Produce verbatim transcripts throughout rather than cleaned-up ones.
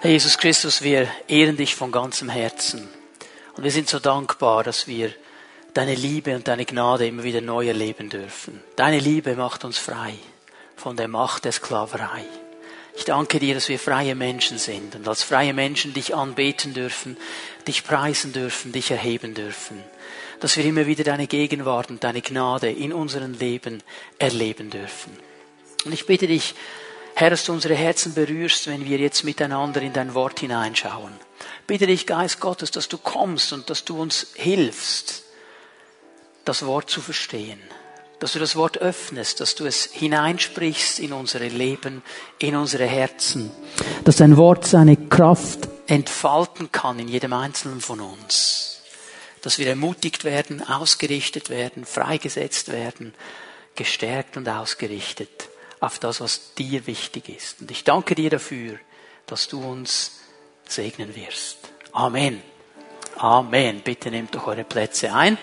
Herr Jesus Christus, wir ehren dich von ganzem Herzen. Und wir sind so dankbar, dass wir deine Liebe und deine Gnade immer wieder neu erleben dürfen. Deine Liebe macht uns frei von der Macht der Sklaverei. Ich danke dir, dass wir freie Menschen sind und als freie Menschen dich anbeten dürfen, dich preisen dürfen, dich erheben dürfen. Dass wir immer wieder deine Gegenwart und deine Gnade in unserem Leben erleben dürfen. Und ich bitte dich, Herr, dass du unsere Herzen berührst, wenn wir jetzt miteinander in dein Wort hineinschauen. Bitte dich, Geist Gottes, dass du kommst und dass du uns hilfst, das Wort zu verstehen. Dass du das Wort öffnest, dass du es hineinsprichst in unsere Leben, in unsere Herzen. Dass dein Wort seine Kraft entfalten kann in jedem Einzelnen von uns. Dass wir ermutigt werden, ausgerichtet werden, freigesetzt werden, gestärkt und ausgerichtet auf das, was dir wichtig ist. Und ich danke dir dafür, dass du uns segnen wirst. Amen. Amen. Bitte nehmt doch eure Plätze ein.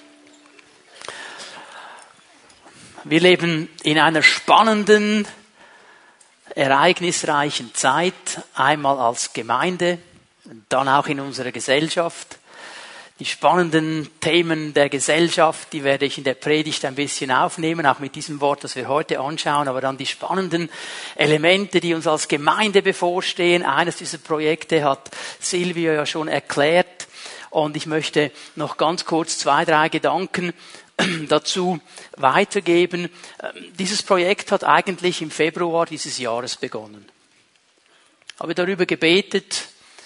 Wir leben in einer spannenden, ereignisreichen Zeit, einmal als Gemeinde, dann auch in unserer Gesellschaft. Die spannenden Themen der Gesellschaft, die werde ich in der Predigt ein bisschen aufnehmen, auch mit diesem Wort, das wir heute anschauen, aber dann die spannenden Elemente, die uns als Gemeinde bevorstehen. Eines dieser Projekte hat Silvio ja schon erklärt und ich möchte noch ganz kurz zwei, drei Gedanken dazu weitergeben. Dieses Projekt hat eigentlich im Februar dieses Jahres begonnen. Ich habe darüber gebetet,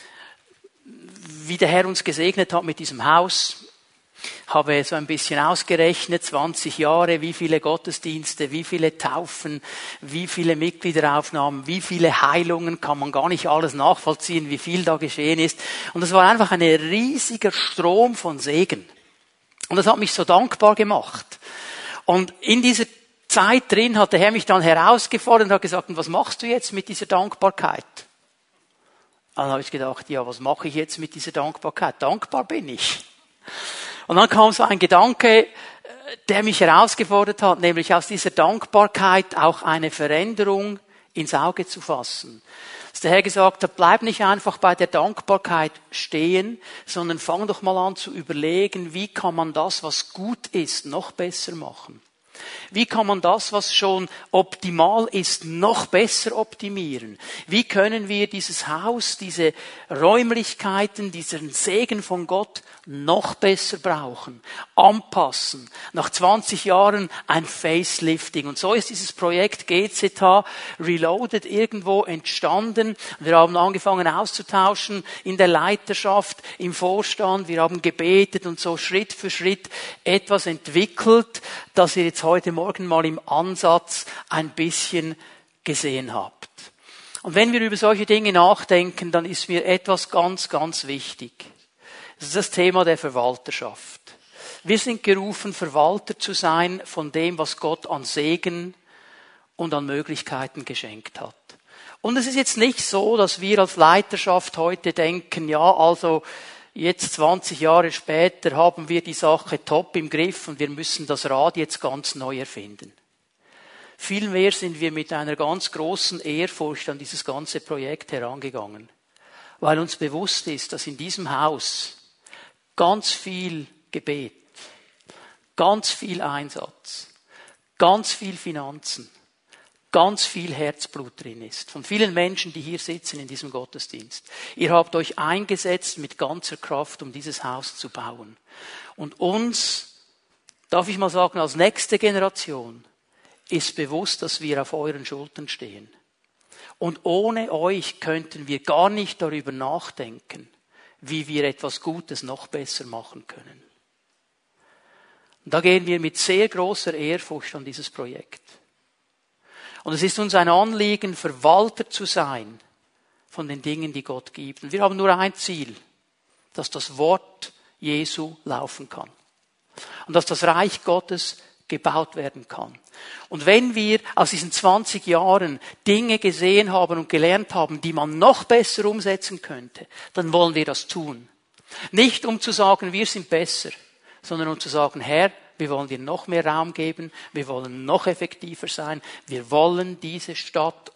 wie der Herr uns gesegnet hat mit diesem Haus. Habe so ein bisschen ausgerechnet, zwanzig Jahre, wie viele Gottesdienste, wie viele Taufen, wie viele Mitgliederaufnahmen, wie viele Heilungen, kann man gar nicht alles nachvollziehen, wie viel da geschehen ist. Und das war einfach ein riesiger Strom von Segen. Und das hat mich so dankbar gemacht. Und in dieser Zeit drin hat der Herr mich dann herausgefordert und hat gesagt, und was machst du jetzt mit dieser Dankbarkeit? Dann habe ich gedacht, ja, was mache ich jetzt mit dieser Dankbarkeit? Dankbar bin ich. Und dann kam so ein Gedanke, der mich herausgefordert hat, nämlich aus dieser Dankbarkeit auch eine Veränderung ins Auge zu fassen. Dass der Herr gesagt hat, bleib nicht einfach bei der Dankbarkeit stehen, sondern fang doch mal an zu überlegen, wie kann man das, was gut ist, noch besser machen. Wie kann man das, was schon optimal ist, noch besser optimieren? Wie können wir dieses Haus, diese Räumlichkeiten, diesen Segen von Gott noch besser brauchen, anpassen? Nach zwanzig Jahren ein Facelifting. Und so ist dieses Projekt G Z H Reloaded irgendwo entstanden. Wir haben angefangen auszutauschen in der Leiterschaft, im Vorstand. Wir haben gebetet und so Schritt für Schritt etwas entwickelt, das ihr jetzt heute Morgen mal im Ansatz ein bisschen gesehen habt. Und wenn wir über solche Dinge nachdenken, dann ist mir etwas ganz, ganz wichtig. Das ist das Thema der Verwalterschaft. Wir sind gerufen, Verwalter zu sein von dem, was Gott an Segen und an Möglichkeiten geschenkt hat. Und es ist jetzt nicht so, dass wir als Leiterschaft heute denken, ja, also jetzt zwanzig Jahre später haben wir die Sache top im Griff und wir müssen das Rad jetzt ganz neu erfinden. Vielmehr sind wir mit einer ganz großen Ehrfurcht an dieses ganze Projekt herangegangen, weil uns bewusst ist, dass in diesem Haus ganz viel Gebet, ganz viel Einsatz, ganz viel Finanzen, ganz viel Herzblut drin ist. Von vielen Menschen, die hier sitzen in diesem Gottesdienst. Ihr habt euch eingesetzt mit ganzer Kraft, um dieses Haus zu bauen. Und uns, darf ich mal sagen, als nächste Generation ist bewusst, dass wir auf euren Schultern stehen. Und ohne euch könnten wir gar nicht darüber nachdenken, wie wir etwas Gutes noch besser machen können. Und da gehen wir mit sehr großer Ehrfurcht an dieses Projekt. Und es ist uns ein Anliegen, Verwalter zu sein von den Dingen, die Gott gibt. Und wir haben nur ein Ziel, dass das Wort Jesu laufen kann. Und dass das Reich Gottes gebaut werden kann. Und wenn wir aus diesen zwanzig Jahren Dinge gesehen haben und gelernt haben, die man noch besser umsetzen könnte, dann wollen wir das tun. Nicht um zu sagen, wir sind besser, sondern um zu sagen, Herr, wir wollen dir noch mehr Raum geben, wir wollen noch effektiver sein, wir wollen diese Stadt und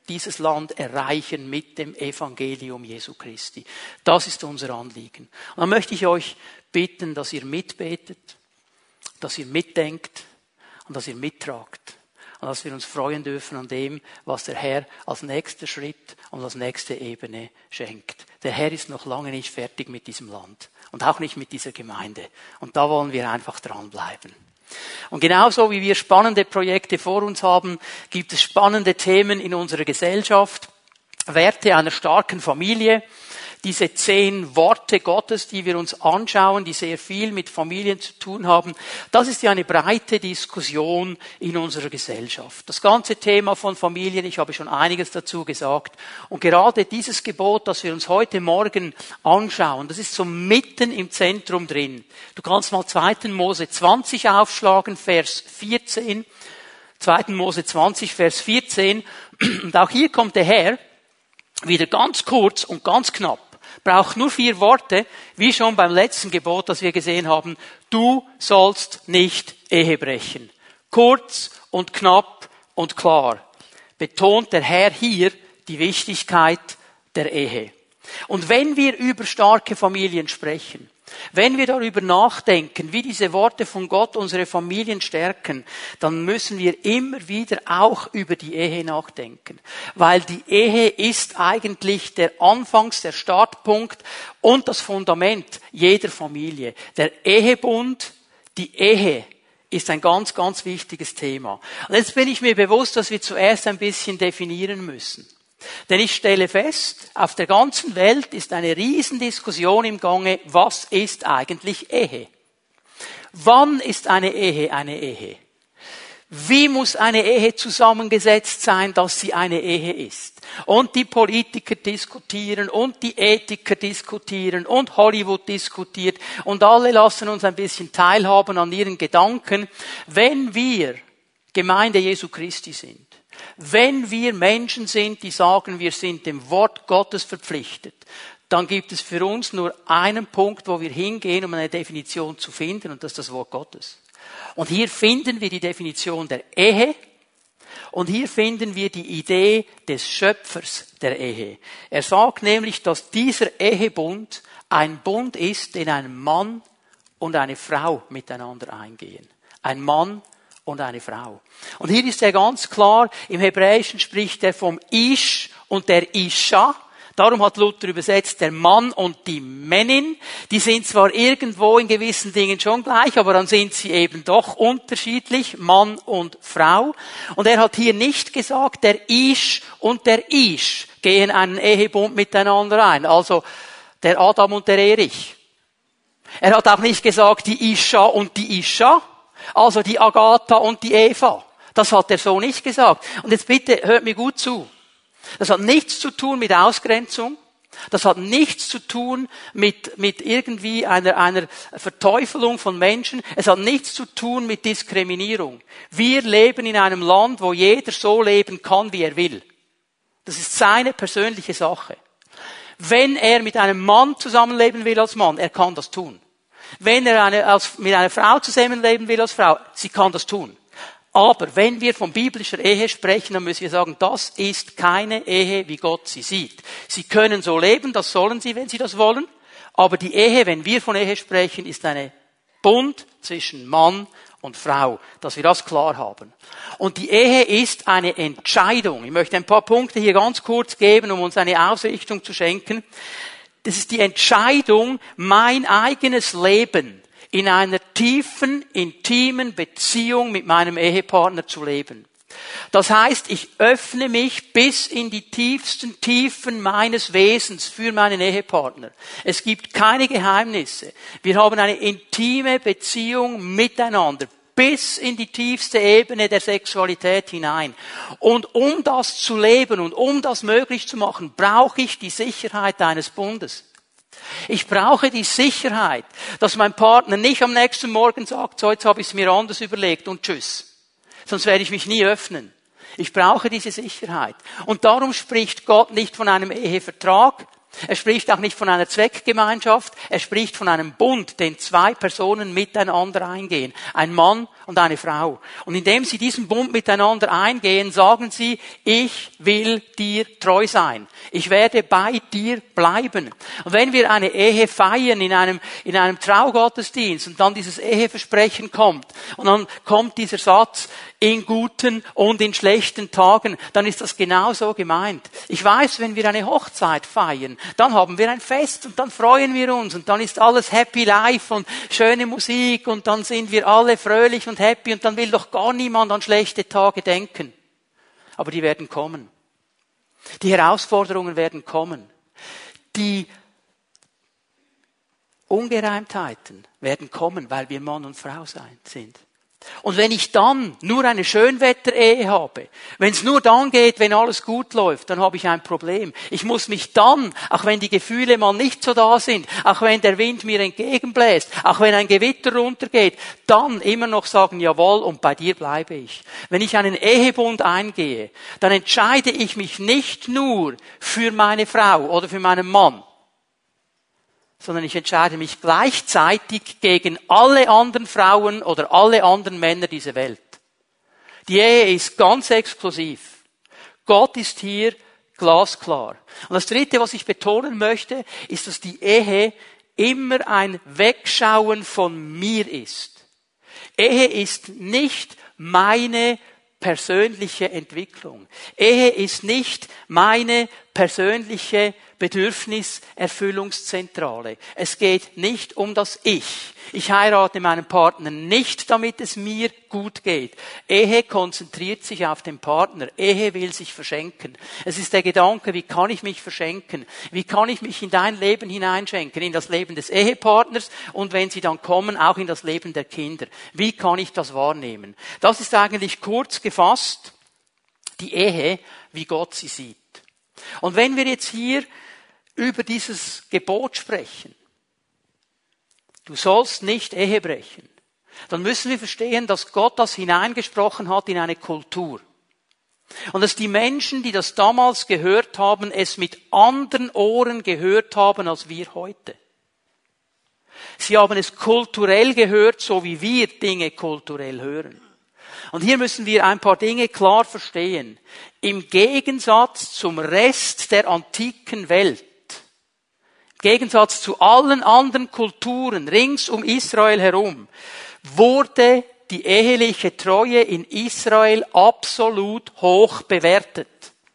dieses Land erreichen mit dem Evangelium Jesu Christi. Das ist unser Anliegen. Und dann möchte ich euch bitten, dass ihr mitbetet, dass ihr mitdenkt und dass ihr mittragt. Und dass wir uns freuen dürfen an dem, was der Herr als nächster Schritt und als nächste Ebene schenkt. Der Herr ist noch lange nicht fertig mit diesem Land und auch nicht mit dieser Gemeinde. Und da wollen wir einfach dranbleiben. Und genauso wie wir spannende Projekte vor uns haben, gibt es spannende Themen in unserer Gesellschaft. Werte einer starken Familie. Diese zehn Worte Gottes, die wir uns anschauen, die sehr viel mit Familien zu tun haben, das ist ja eine breite Diskussion in unserer Gesellschaft. Das ganze Thema von Familien, ich habe schon einiges dazu gesagt. Und gerade dieses Gebot, das wir uns heute Morgen anschauen, das ist so mitten im Zentrum drin. Du kannst mal zweiten Mose zwanzig aufschlagen, Vers vierzehn. zweiten Mose zwanzig, Vers vierzehn. Und auch hier kommt der Herr, wieder ganz kurz und ganz knapp. Braucht nur vier Worte, wie schon beim letzten Gebot, das wir gesehen haben. Du sollst nicht Ehe brechen. Kurz und knapp und klar betont der Herr hier die Wichtigkeit der Ehe. Und wenn wir über starke Familien sprechen, wenn wir darüber nachdenken, wie diese Worte von Gott unsere Familien stärken, dann müssen wir immer wieder auch über die Ehe nachdenken. Weil die Ehe ist eigentlich der Anfangs-, der Startpunkt und das Fundament jeder Familie. Der Ehebund, die Ehe ist ein ganz, ganz wichtiges Thema. Und jetzt bin ich mir bewusst, dass wir zuerst ein bisschen definieren müssen. Denn ich stelle fest, auf der ganzen Welt ist eine Riesendiskussion im Gange, was ist eigentlich Ehe? Wann ist eine Ehe eine Ehe? Wie muss eine Ehe zusammengesetzt sein, dass sie eine Ehe ist? Und die Politiker diskutieren und die Ethiker diskutieren und Hollywood diskutiert und alle lassen uns ein bisschen teilhaben an ihren Gedanken. Wenn wir Gemeinde Jesu Christi sind, wenn wir Menschen sind, die sagen, wir sind dem Wort Gottes verpflichtet, dann gibt es für uns nur einen Punkt, wo wir hingehen, um eine Definition zu finden, und das ist das Wort Gottes. Und hier finden wir die Definition der Ehe und hier finden wir die Idee des Schöpfers der Ehe. Er sagt nämlich, dass dieser Ehebund ein Bund ist, den ein Mann und eine Frau miteinander eingehen. Ein Mann und eine Frau. Und hier ist er ganz klar, im Hebräischen spricht er vom Ish und der Isha. Darum hat Luther übersetzt, der Mann und die Männin. Die sind zwar irgendwo in gewissen Dingen schon gleich, aber dann sind sie eben doch unterschiedlich, Mann und Frau. Und er hat hier nicht gesagt, der Ish und der Ish gehen einen Ehebund miteinander ein. Also der Adam und der Erich. Er hat auch nicht gesagt, die Isha und die Isha. Also die Agatha und die Eva. Das hat er so nicht gesagt. Und jetzt bitte hört mir gut zu. Das hat nichts zu tun mit Ausgrenzung. Das hat nichts zu tun mit, mit irgendwie einer, einer Verteufelung von Menschen. Es hat nichts zu tun mit Diskriminierung. Wir leben in einem Land, wo jeder so leben kann, wie er will. Das ist seine persönliche Sache. Wenn er mit einem Mann zusammenleben will als Mann, er kann das tun. Wenn er eine, als, mit einer Frau zusammenleben will als Frau, sie kann das tun. Aber wenn wir von biblischer Ehe sprechen, dann müssen wir sagen, das ist keine Ehe, wie Gott sie sieht. Sie können so leben, das sollen sie, wenn sie das wollen. Aber die Ehe, wenn wir von Ehe sprechen, ist eine Bund zwischen Mann und Frau, dass wir das klar haben. Und die Ehe ist eine Entscheidung. Ich möchte ein paar Punkte hier ganz kurz geben, um uns eine Ausrichtung zu schenken. Das ist die Entscheidung, mein eigenes Leben in einer tiefen, intimen Beziehung mit meinem Ehepartner zu leben. Das heißt, ich öffne mich bis in die tiefsten Tiefen meines Wesens für meinen Ehepartner. Es gibt keine Geheimnisse. Wir haben eine intime Beziehung miteinander, bis in die tiefste Ebene der Sexualität hinein. Und um das zu leben und um das möglich zu machen, brauche ich die Sicherheit eines Bundes. Ich brauche die Sicherheit, dass mein Partner nicht am nächsten Morgen sagt, so jetzt habe ich es mir anders überlegt und tschüss. Sonst werde ich mich nie öffnen. Ich brauche diese Sicherheit. Und darum spricht Gott nicht von einem Ehevertrag. Er spricht auch nicht von einer Zweckgemeinschaft. Er spricht von einem Bund, den zwei Personen miteinander eingehen. Ein Mann und und eine Frau. Und indem sie diesen Bund miteinander eingehen, sagen sie, ich will dir treu sein. Ich werde bei dir bleiben. Und wenn wir eine Ehe feiern in einem, in einem Traugottesdienst und dann dieses Eheversprechen kommt und dann kommt dieser Satz, in guten und in schlechten Tagen, dann ist das genau so gemeint. Ich weiß, wenn wir eine Hochzeit feiern, dann haben wir ein Fest und dann freuen wir uns und dann ist alles happy life und schöne Musik und dann sind wir alle fröhlich und happy und dann will doch gar niemand an schlechte Tage denken. Aber die werden kommen. Die Herausforderungen werden kommen. Die Ungereimtheiten werden kommen, weil wir Mann und Frau sein sind. Und wenn ich dann nur eine Schönwetter-Ehe habe, wenn es nur dann geht, wenn alles gut läuft, dann habe ich ein Problem. Ich muss mich dann, auch wenn die Gefühle mal nicht so da sind, auch wenn der Wind mir entgegenbläst, auch wenn ein Gewitter runtergeht, dann immer noch sagen, jawohl, und bei dir bleibe ich. Wenn ich einen Ehebund eingehe, dann entscheide ich mich nicht nur für meine Frau oder für meinen Mann, sondern ich entscheide mich gleichzeitig gegen alle anderen Frauen oder alle anderen Männer dieser Welt. Die Ehe ist ganz exklusiv. Gott ist hier glasklar. Und das Dritte, was ich betonen möchte, ist, dass die Ehe immer ein Wegschauen von mir ist. Ehe ist nicht meine persönliche Entwicklung. Ehe ist nicht meine persönliche Bedürfniserfüllungszentrale. Es geht nicht um das Ich. Ich heirate meinen Partner nicht, damit es mir gut geht. Ehe konzentriert sich auf den Partner. Ehe will sich verschenken. Es ist der Gedanke, wie kann ich mich verschenken? Wie kann ich mich in dein Leben hineinschenken? In das Leben des Ehepartners und wenn sie dann kommen, auch in das Leben der Kinder. Wie kann ich das wahrnehmen? Das ist eigentlich kurz gefasst die Ehe, wie Gott sie sieht. Und wenn wir jetzt hier über dieses Gebot sprechen, du sollst nicht Ehe brechen, dann müssen wir verstehen, dass Gott das hineingesprochen hat in eine Kultur. Und dass die Menschen, die das damals gehört haben, es mit anderen Ohren gehört haben als wir heute. Sie haben es kulturell gehört, so wie wir Dinge kulturell hören. Und hier müssen wir ein paar Dinge klar verstehen. Im Gegensatz zum Rest der antiken Welt, im Gegensatz zu allen anderen Kulturen rings um Israel herum, wurde die eheliche Treue in Israel absolut hoch bewertet.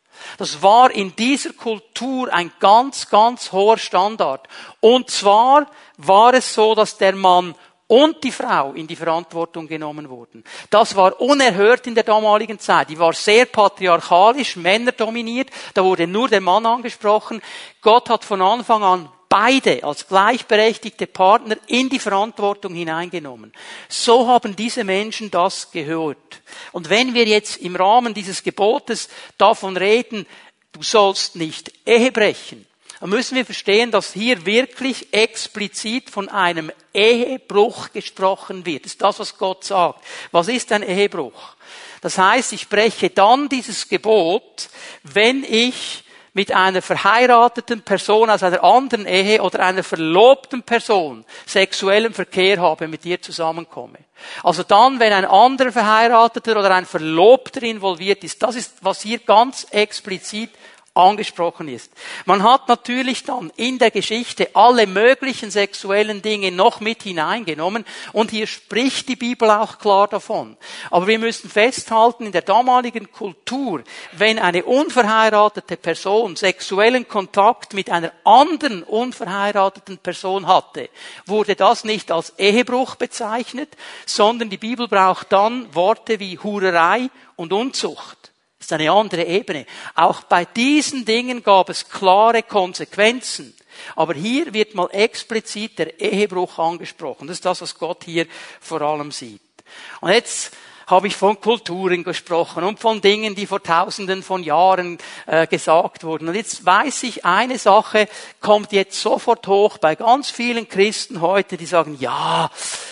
Das war in dieser Kultur ein ganz, ganz hoher Standard. Und zwar war es so, dass der Mann und die Frau in die Verantwortung genommen wurden. Das war unerhört in der damaligen Zeit. Die war sehr patriarchalisch, männerdominiert. Da wurde nur der Mann angesprochen. Gott hat von Anfang an beide als gleichberechtigte Partner in die Verantwortung hineingenommen. So haben diese Menschen das gehört. Und wenn wir jetzt im Rahmen dieses Gebotes davon reden, du sollst nicht Ehe brechen, dann müssen wir verstehen, dass hier wirklich explizit von einem Ehebruch gesprochen wird. Das ist das, was Gott sagt. Was ist ein Ehebruch? Das heißt, ich breche dann dieses Gebot, wenn ich mit einer verheirateten Person aus einer anderen Ehe oder einer verlobten Person sexuellen Verkehr habe, mit ihr zusammenkomme. Also dann, wenn ein anderer Verheirateter oder ein Verlobter involviert ist, das ist, was hier ganz explizit angesprochen ist. Man hat natürlich dann in der Geschichte alle möglichen sexuellen Dinge noch mit hineingenommen und hier spricht die Bibel auch klar davon. Aber wir müssen festhalten, in der damaligen Kultur, wenn eine unverheiratete Person sexuellen Kontakt mit einer anderen unverheirateten Person hatte, wurde das nicht als Ehebruch bezeichnet, sondern die Bibel braucht dann Worte wie Hurerei und Unzucht. Das ist eine andere Ebene. Auch bei diesen Dingen gab es klare Konsequenzen. Aber hier wird mal explizit der Ehebruch angesprochen. Das ist das, was Gott hier vor allem sieht. Und jetzt habe ich von Kulturen gesprochen und von Dingen, die vor Tausenden von Jahren äh, gesagt wurden. Und jetzt weiß ich, eine Sache kommt jetzt sofort hoch bei ganz vielen Christen heute, die sagen, ja,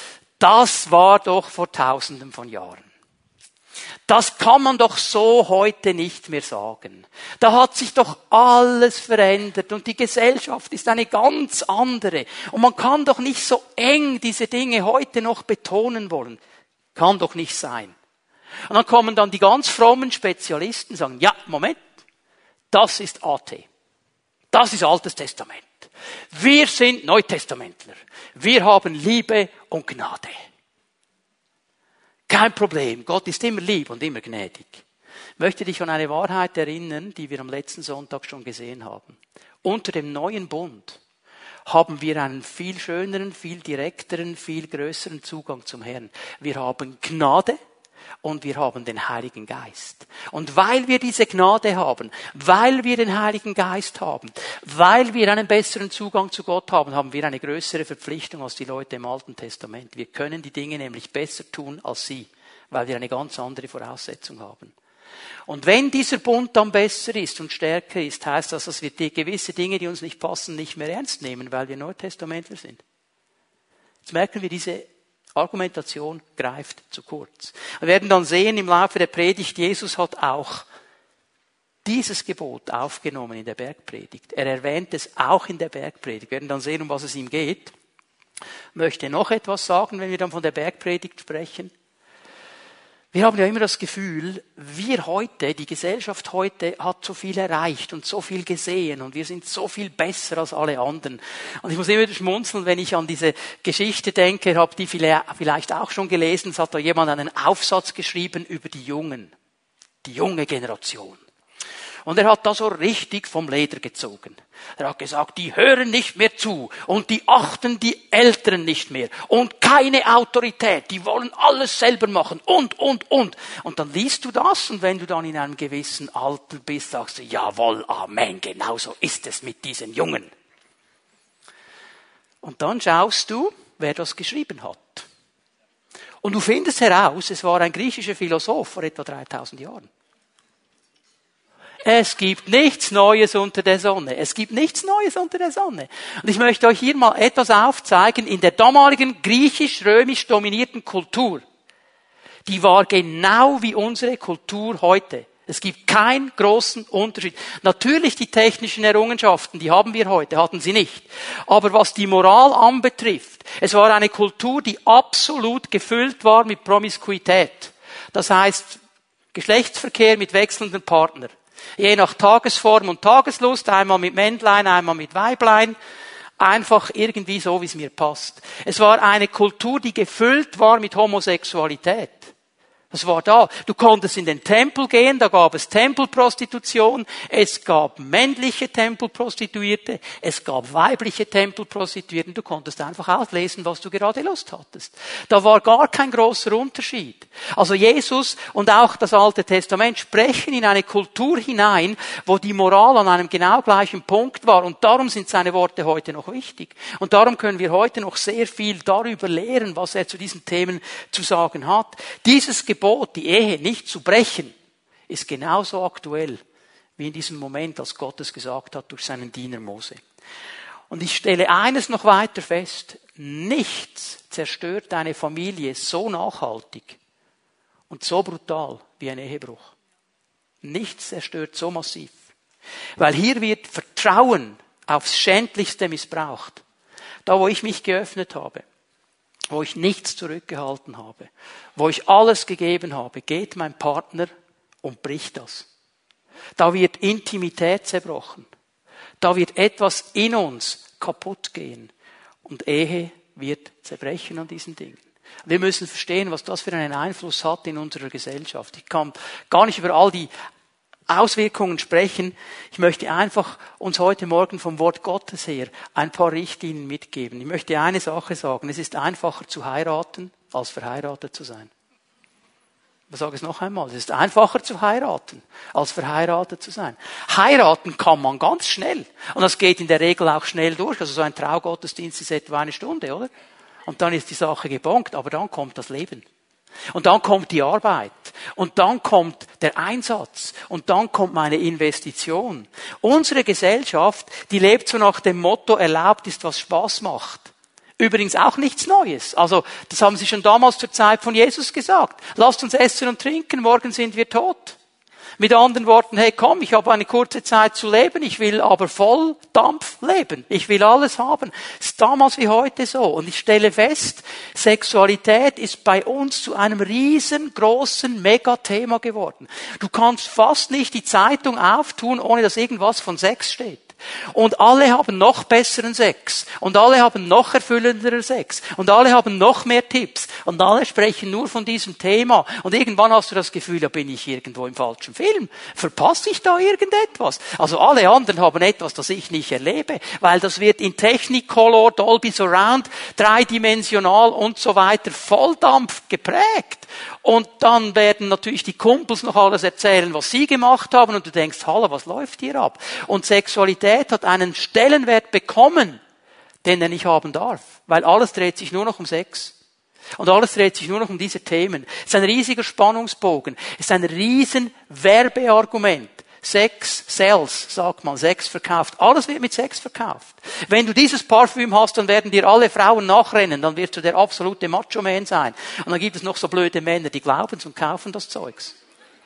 das war doch vor Tausenden von Jahren. Das kann man doch so heute nicht mehr sagen. Da hat sich doch alles verändert und die Gesellschaft ist eine ganz andere. Und man kann doch nicht so eng diese Dinge heute noch betonen wollen. Kann doch nicht sein. Und dann kommen dann die ganz frommen Spezialisten und sagen, ja, Moment, das ist A T. Das ist Altes Testament. Wir sind Neutestamentler. Wir haben Liebe und Gnade. Kein Problem. Gott ist immer lieb und immer gnädig. Ich möchte dich an eine Wahrheit erinnern, die wir am letzten Sonntag schon gesehen haben. Unter dem neuen Bund haben wir einen viel schöneren, viel direkteren, viel größeren Zugang zum Herrn. Wir haben Gnade und wir haben den Heiligen Geist. Und weil wir diese Gnade haben, weil wir den Heiligen Geist haben, weil wir einen besseren Zugang zu Gott haben, haben wir eine größere Verpflichtung als die Leute im Alten Testament. Wir können die Dinge nämlich besser tun als sie, weil wir eine ganz andere Voraussetzung haben. Und wenn dieser Bund dann besser ist und stärker ist, heißt das, dass wir die gewisse Dinge, die uns nicht passen, nicht mehr ernst nehmen, weil wir Neutestamentler sind. Jetzt merken wir, diese Argumentation greift zu kurz. Wir werden dann sehen im Laufe der Predigt, Jesus hat auch dieses Gebot aufgenommen in der Bergpredigt. Er erwähnt es auch in der Bergpredigt. Wir werden dann sehen, um was es ihm geht. Ich möchte noch etwas sagen, wenn wir dann von der Bergpredigt sprechen. Wir haben ja immer das Gefühl, wir heute, die Gesellschaft heute hat so viel erreicht und so viel gesehen und wir sind so viel besser als alle anderen. Und ich muss immer wieder schmunzeln, wenn ich an diese Geschichte denke, ich habe die vielleicht auch schon gelesen, es hat da jemand einen Aufsatz geschrieben über die Jungen, die junge Generation. Und er hat da so richtig vom Leder gezogen. Er hat gesagt, die hören nicht mehr zu und die achten die Älteren nicht mehr und keine Autorität, die wollen alles selber machen und, und, und. Und dann liest du das und wenn du dann in einem gewissen Alter bist, sagst du, jawohl, Amen, genau so ist es mit diesen Jungen. Und dann schaust du, wer das geschrieben hat. Und du findest heraus, es war ein griechischer Philosoph vor etwa dreitausend Jahren. Es gibt nichts Neues unter der Sonne. Es gibt nichts Neues unter der Sonne. Und ich möchte euch hier mal etwas aufzeigen. In der damaligen griechisch-römisch dominierten Kultur, die war genau wie unsere Kultur heute. Es gibt keinen großen Unterschied. Natürlich die technischen Errungenschaften, die haben wir heute, hatten sie nicht. Aber was die Moral anbetrifft, es war eine Kultur, die absolut gefüllt war mit Promiskuität. Das heißt, Geschlechtsverkehr mit wechselnden Partnern. Je nach Tagesform und Tageslust, einmal mit Männlein, einmal mit Weiblein, einfach irgendwie so, wie es mir passt. Es war eine Kultur, die gefüllt war mit Homosexualität. Das war da. Du konntest in den Tempel gehen, da gab es Tempelprostitution, es gab männliche Tempelprostituierte, es gab weibliche Tempelprostituierten. Du konntest einfach auslesen, was du gerade Lust hattest. Da war gar kein großer Unterschied. Also Jesus und auch das Alte Testament sprechen in eine Kultur hinein, wo die Moral an einem genau gleichen Punkt war. Und darum sind seine Worte heute noch wichtig. Und darum können wir heute noch sehr viel darüber lehren, was er zu diesen Themen zu sagen hat. Dieses Gebot, die Ehe nicht zu brechen, ist genauso aktuell wie in diesem Moment, als Gott es gesagt hat durch seinen Diener Mose. Und ich stelle eines noch weiter fest: Nichts zerstört eine Familie so nachhaltig und so brutal wie ein Ehebruch. Nichts zerstört so massiv. Weil hier wird Vertrauen aufs Schändlichste missbraucht. Da, wo ich mich geöffnet habe, wo ich nichts zurückgehalten habe, wo ich alles gegeben habe, geht mein Partner und bricht das. Da wird Intimität zerbrochen. Da wird etwas in uns kaputt gehen. Und Ehe wird zerbrechen an diesen Dingen. Wir müssen verstehen, was das für einen Einfluss hat in unserer Gesellschaft. Ich kann gar nicht über all die Auswirkungen sprechen. Ich möchte einfach uns heute Morgen vom Wort Gottes her ein paar Richtlinien mitgeben. Ich möchte eine Sache sagen. Es ist einfacher zu heiraten, als verheiratet zu sein. Ich sage es noch einmal. Es ist einfacher zu heiraten, als verheiratet zu sein. Heiraten kann man ganz schnell. Und das geht in der Regel auch schnell durch. Also so ein Traugottesdienst ist etwa eine Stunde, oder? Und dann ist die Sache gebongt. Aber dann kommt das Leben. Und dann kommt die Arbeit. Und dann kommt der Einsatz. Und dann kommt meine Investition. Unsere Gesellschaft, die lebt so nach dem Motto, erlaubt ist, was Spaß macht. Übrigens auch nichts Neues. Also, das haben sie schon damals zur Zeit von Jesus gesagt. Lasst uns essen und trinken, morgen sind wir tot. Mit anderen Worten, hey komm, ich habe eine kurze Zeit zu leben, ich will aber voll Dampf leben. Ich will alles haben. Ist damals wie heute so. Und ich stelle fest, Sexualität ist bei uns zu einem riesengroßen Megathema geworden. Du kannst fast nicht die Zeitung auftun, ohne dass irgendwas von Sex steht. Und alle haben noch besseren Sex. Und alle haben noch erfüllenderen Sex. Und alle haben noch mehr Tipps. Und alle sprechen nur von diesem Thema. Und irgendwann hast du das Gefühl, da bin ich irgendwo im falschen Film. Verpasse ich da irgendetwas? Also alle anderen haben etwas, das ich nicht erlebe. Weil das wird in Technicolor, Dolby Surround, dreidimensional und so weiter Volldampf geprägt. Und dann werden natürlich die Kumpels noch alles erzählen, was sie gemacht haben. Und du denkst, hallo, was läuft hier ab? Und Sexualität hat einen Stellenwert bekommen, den er nicht haben darf. Weil alles dreht sich nur noch um Sex. Und alles dreht sich nur noch um diese Themen. Es ist ein riesiger Spannungsbogen. Es ist ein riesen Werbeargument. Sex sells, sagt man, Sex verkauft. Alles wird mit Sex verkauft. Wenn du dieses Parfüm hast, dann werden dir alle Frauen nachrennen, dann wirst du der absolute Macho-Man sein. Und dann gibt es noch so blöde Männer, die glauben und kaufen das Zeugs.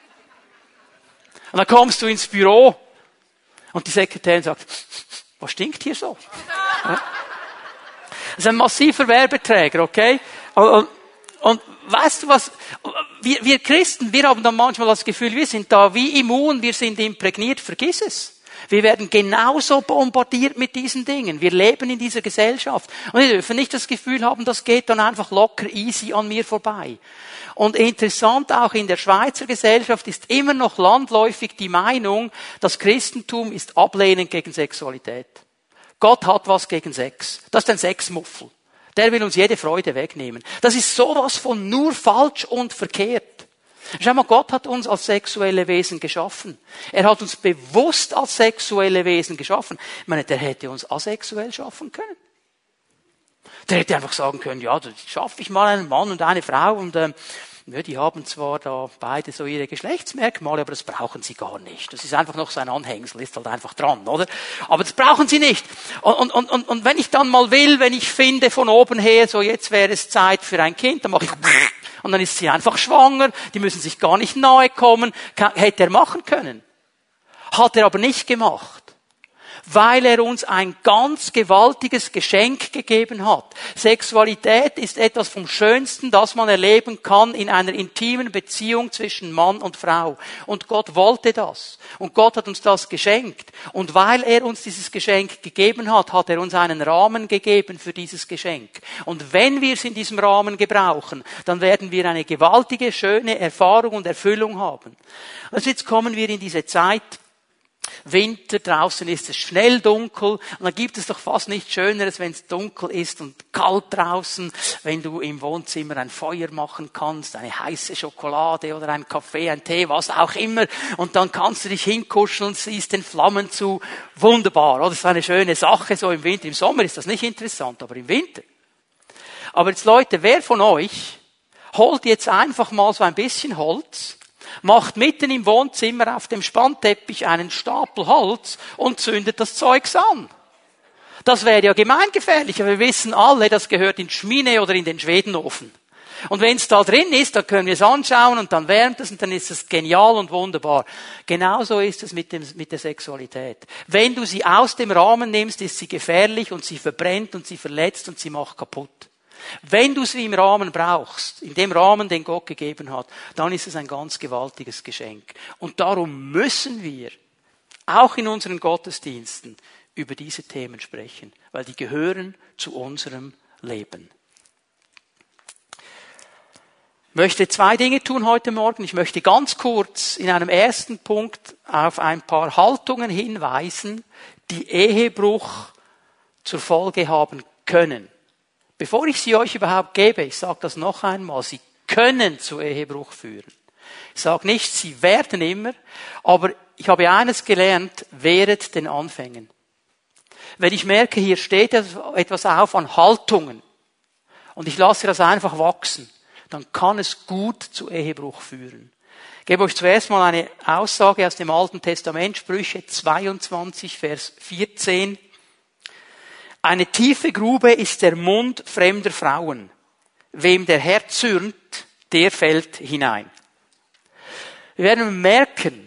Und dann kommst du ins Büro und die Sekretärin sagt, was stinkt hier so? Ja. Das ist ein massiver Werbeträger, okay? Und, und weißt du was? Wir, wir Christen, wir haben dann manchmal das Gefühl, wir sind da wie immun, wir sind imprägniert, vergiss es. Wir werden genauso bombardiert mit diesen Dingen. Wir leben in dieser Gesellschaft. Und wir dürfen nicht das Gefühl haben, das geht dann einfach locker easy an mir vorbei. Und interessant auch in der Schweizer Gesellschaft ist immer noch landläufig die Meinung, das Christentum ist ablehnend gegen Sexualität. Gott hat was gegen Sex. Das ist ein Sexmuffel. Der will uns jede Freude wegnehmen. Das ist sowas von nur falsch und verkehrt. Schau mal, Gott hat uns als sexuelle Wesen geschaffen. Er hat uns bewusst als sexuelle Wesen geschaffen. Ich meine, der hätte uns asexuell schaffen können. Der hätte einfach sagen können, ja, da schaffe ich mal einen Mann und eine Frau und ähm, ja, die haben zwar da beide so ihre Geschlechtsmerkmale, aber das brauchen sie gar nicht. Das ist einfach noch so ein Anhängsel, ist halt einfach dran, oder? Aber das brauchen sie nicht. Und, und, und, und wenn ich dann mal will, wenn ich finde von oben her, so jetzt wäre es Zeit für ein Kind, dann mache ich und dann ist sie einfach schwanger, die müssen sich gar nicht nahe kommen. Hätte er machen können. Hat er aber nicht gemacht. Weil er uns ein ganz gewaltiges Geschenk gegeben hat. Sexualität ist etwas vom Schönsten, das man erleben kann in einer intimen Beziehung zwischen Mann und Frau. Und Gott wollte das. Und Gott hat uns das geschenkt. Und weil er uns dieses Geschenk gegeben hat, hat er uns einen Rahmen gegeben für dieses Geschenk. Und wenn wir es in diesem Rahmen gebrauchen, dann werden wir eine gewaltige, schöne Erfahrung und Erfüllung haben. Also jetzt kommen wir in diese Zeit, Winter, draußen ist es schnell dunkel und dann gibt es doch fast nichts Schöneres, wenn es dunkel ist und kalt draußen, wenn du im Wohnzimmer ein Feuer machen kannst, eine heiße Schokolade oder ein Kaffee, ein Tee, was auch immer und dann kannst du dich hinkuscheln und siehst den Flammen zu. Wunderbar, oder? Das ist eine schöne Sache so im Winter. Im Sommer ist das nicht interessant, aber im Winter. Aber jetzt Leute, wer von euch holt jetzt einfach mal so ein bisschen Holz, macht mitten im Wohnzimmer auf dem Spannteppich einen Stapel Holz und zündet das Zeugs an. Das wäre ja gemeingefährlich, aber wir wissen alle, das gehört in die Schmine oder in den Schwedenofen. Und wenn es da drin ist, dann können wir es anschauen und dann wärmt es und dann ist es genial und wunderbar. Genauso ist es mit, dem, mit der Sexualität. Wenn du sie aus dem Rahmen nimmst, ist sie gefährlich und sie verbrennt und sie verletzt und sie macht kaputt. Wenn du sie im Rahmen brauchst, in dem Rahmen, den Gott gegeben hat, dann ist es ein ganz gewaltiges Geschenk. Und darum müssen wir auch in unseren Gottesdiensten über diese Themen sprechen, weil die gehören zu unserem Leben. Ich möchte zwei Dinge tun heute Morgen. Ich möchte ganz kurz in einem ersten Punkt auf ein paar Haltungen hinweisen, die Ehebruch zur Folge haben können. Bevor ich sie euch überhaupt gebe, ich sage das noch einmal, sie können zu Ehebruch führen. Ich sage nicht, sie werden immer, aber ich habe eines gelernt, wehret den Anfängen. Wenn ich merke, hier steht etwas auf an Haltungen und ich lasse das einfach wachsen, dann kann es gut zu Ehebruch führen. Ich gebe euch zuerst mal eine Aussage aus dem Alten Testament, Sprüche zweiundzwanzig, Vers vierzehn. Eine tiefe Grube ist der Mund fremder Frauen. Wem der Herr zürnt, der fällt hinein. Wir werden merken,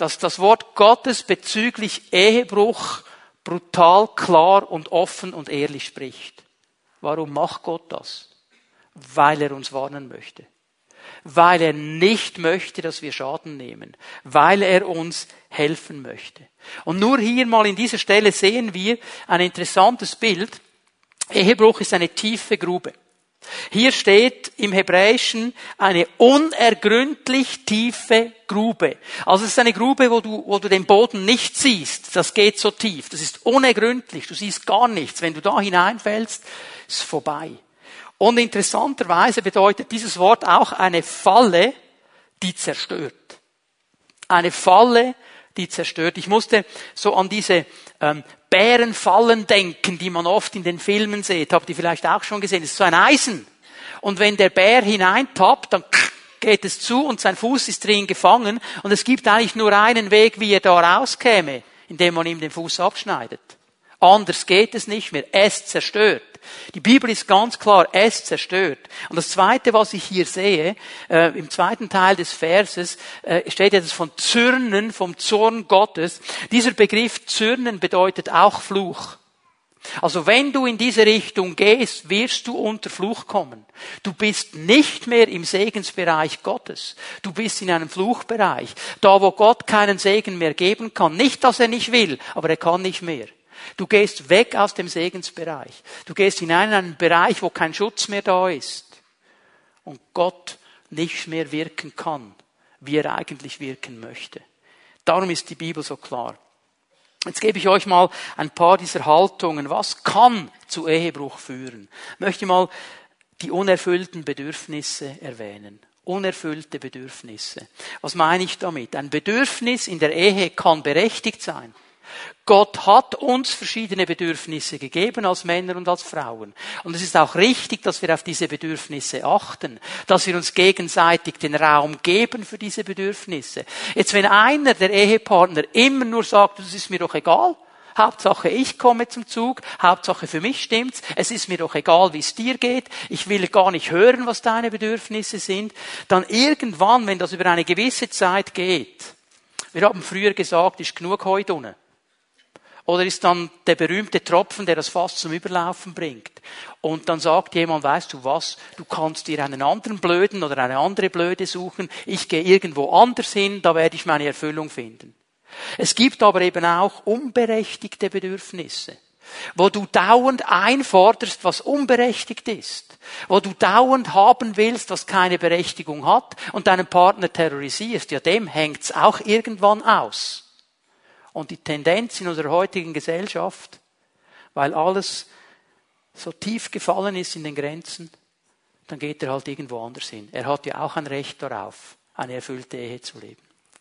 dass das Wort Gottes bezüglich Ehebruch brutal, klar und offen und ehrlich spricht. Warum macht Gott das? Weil er uns warnen möchte. Weil er nicht möchte, dass wir Schaden nehmen. Weil er uns helfen möchte. Und nur hier mal in dieser Stelle sehen wir ein interessantes Bild. Ehebruch ist eine tiefe Grube. Hier steht im Hebräischen eine unergründlich tiefe Grube. Also es ist eine Grube, wo du, wo du den Boden nicht siehst. Das geht so tief. Das ist unergründlich. Du siehst gar nichts. Wenn du da hineinfällst, ist es vorbei. Und interessanterweise bedeutet dieses Wort auch eine Falle, die zerstört. Eine Falle, die zerstört. Ich musste so an diese ähm, Bärenfallen denken, die man oft in den Filmen sieht. Habt ihr vielleicht auch schon gesehen? Das ist so ein Eisen. Und wenn der Bär hineintappt, dann geht es zu und sein Fuß ist drin gefangen. Und es gibt eigentlich nur einen Weg, wie er da rauskäme, indem man ihm den Fuß abschneidet. Anders geht es nicht mehr. Es zerstört. Die Bibel ist ganz klar, es zerstört. Und das Zweite, was ich hier sehe, äh, im zweiten Teil des Verses, äh, steht ja das von Zürnen, vom Zorn Gottes. Dieser Begriff Zürnen bedeutet auch Fluch. Also wenn du in diese Richtung gehst, wirst du unter Fluch kommen. Du bist nicht mehr im Segensbereich Gottes. Du bist in einem Fluchbereich. Da, wo Gott keinen Segen mehr geben kann. Nicht, dass er nicht will, aber er kann nicht mehr. Du gehst weg aus dem Segensbereich. Du gehst hinein in einen Bereich, wo kein Schutz mehr da ist. Und Gott nicht mehr wirken kann, wie er eigentlich wirken möchte. Darum ist die Bibel so klar. Jetzt gebe ich euch mal ein paar dieser Haltungen. Was kann zu Ehebruch führen? Ich möchte mal die unerfüllten Bedürfnisse erwähnen. Unerfüllte Bedürfnisse. Was meine ich damit? Ein Bedürfnis in der Ehe kann berechtigt sein. Gott hat uns verschiedene Bedürfnisse gegeben als Männer und als Frauen. Und es ist auch richtig, dass wir auf diese Bedürfnisse achten, dass wir uns gegenseitig den Raum geben für diese Bedürfnisse. Jetzt, wenn einer der Ehepartner immer nur sagt, das ist mir doch egal, Hauptsache ich komme zum Zug, Hauptsache für mich stimmt's, es ist mir doch egal, wie es dir geht, ich will gar nicht hören, was deine Bedürfnisse sind, dann irgendwann, wenn das über eine gewisse Zeit geht, wir haben früher gesagt, ist genug Heu unten. Oder ist dann der berühmte Tropfen, der das Fass zum Überlaufen bringt. Und dann sagt jemand, weißt du was, du kannst dir einen anderen Blöden oder eine andere Blöde suchen. Ich gehe irgendwo anders hin, da werde ich meine Erfüllung finden. Es gibt aber eben auch unberechtigte Bedürfnisse, wo du dauernd einforderst, was unberechtigt ist. Wo du dauernd haben willst, was keine Berechtigung hat und deinen Partner terrorisierst. Ja, dem hängt's auch irgendwann aus. Und die Tendenz in unserer heutigen Gesellschaft, weil alles so tief gefallen ist in den Grenzen, dann geht er halt irgendwo anders hin. Er hat ja auch ein Recht darauf, eine erfüllte Ehe zu leben.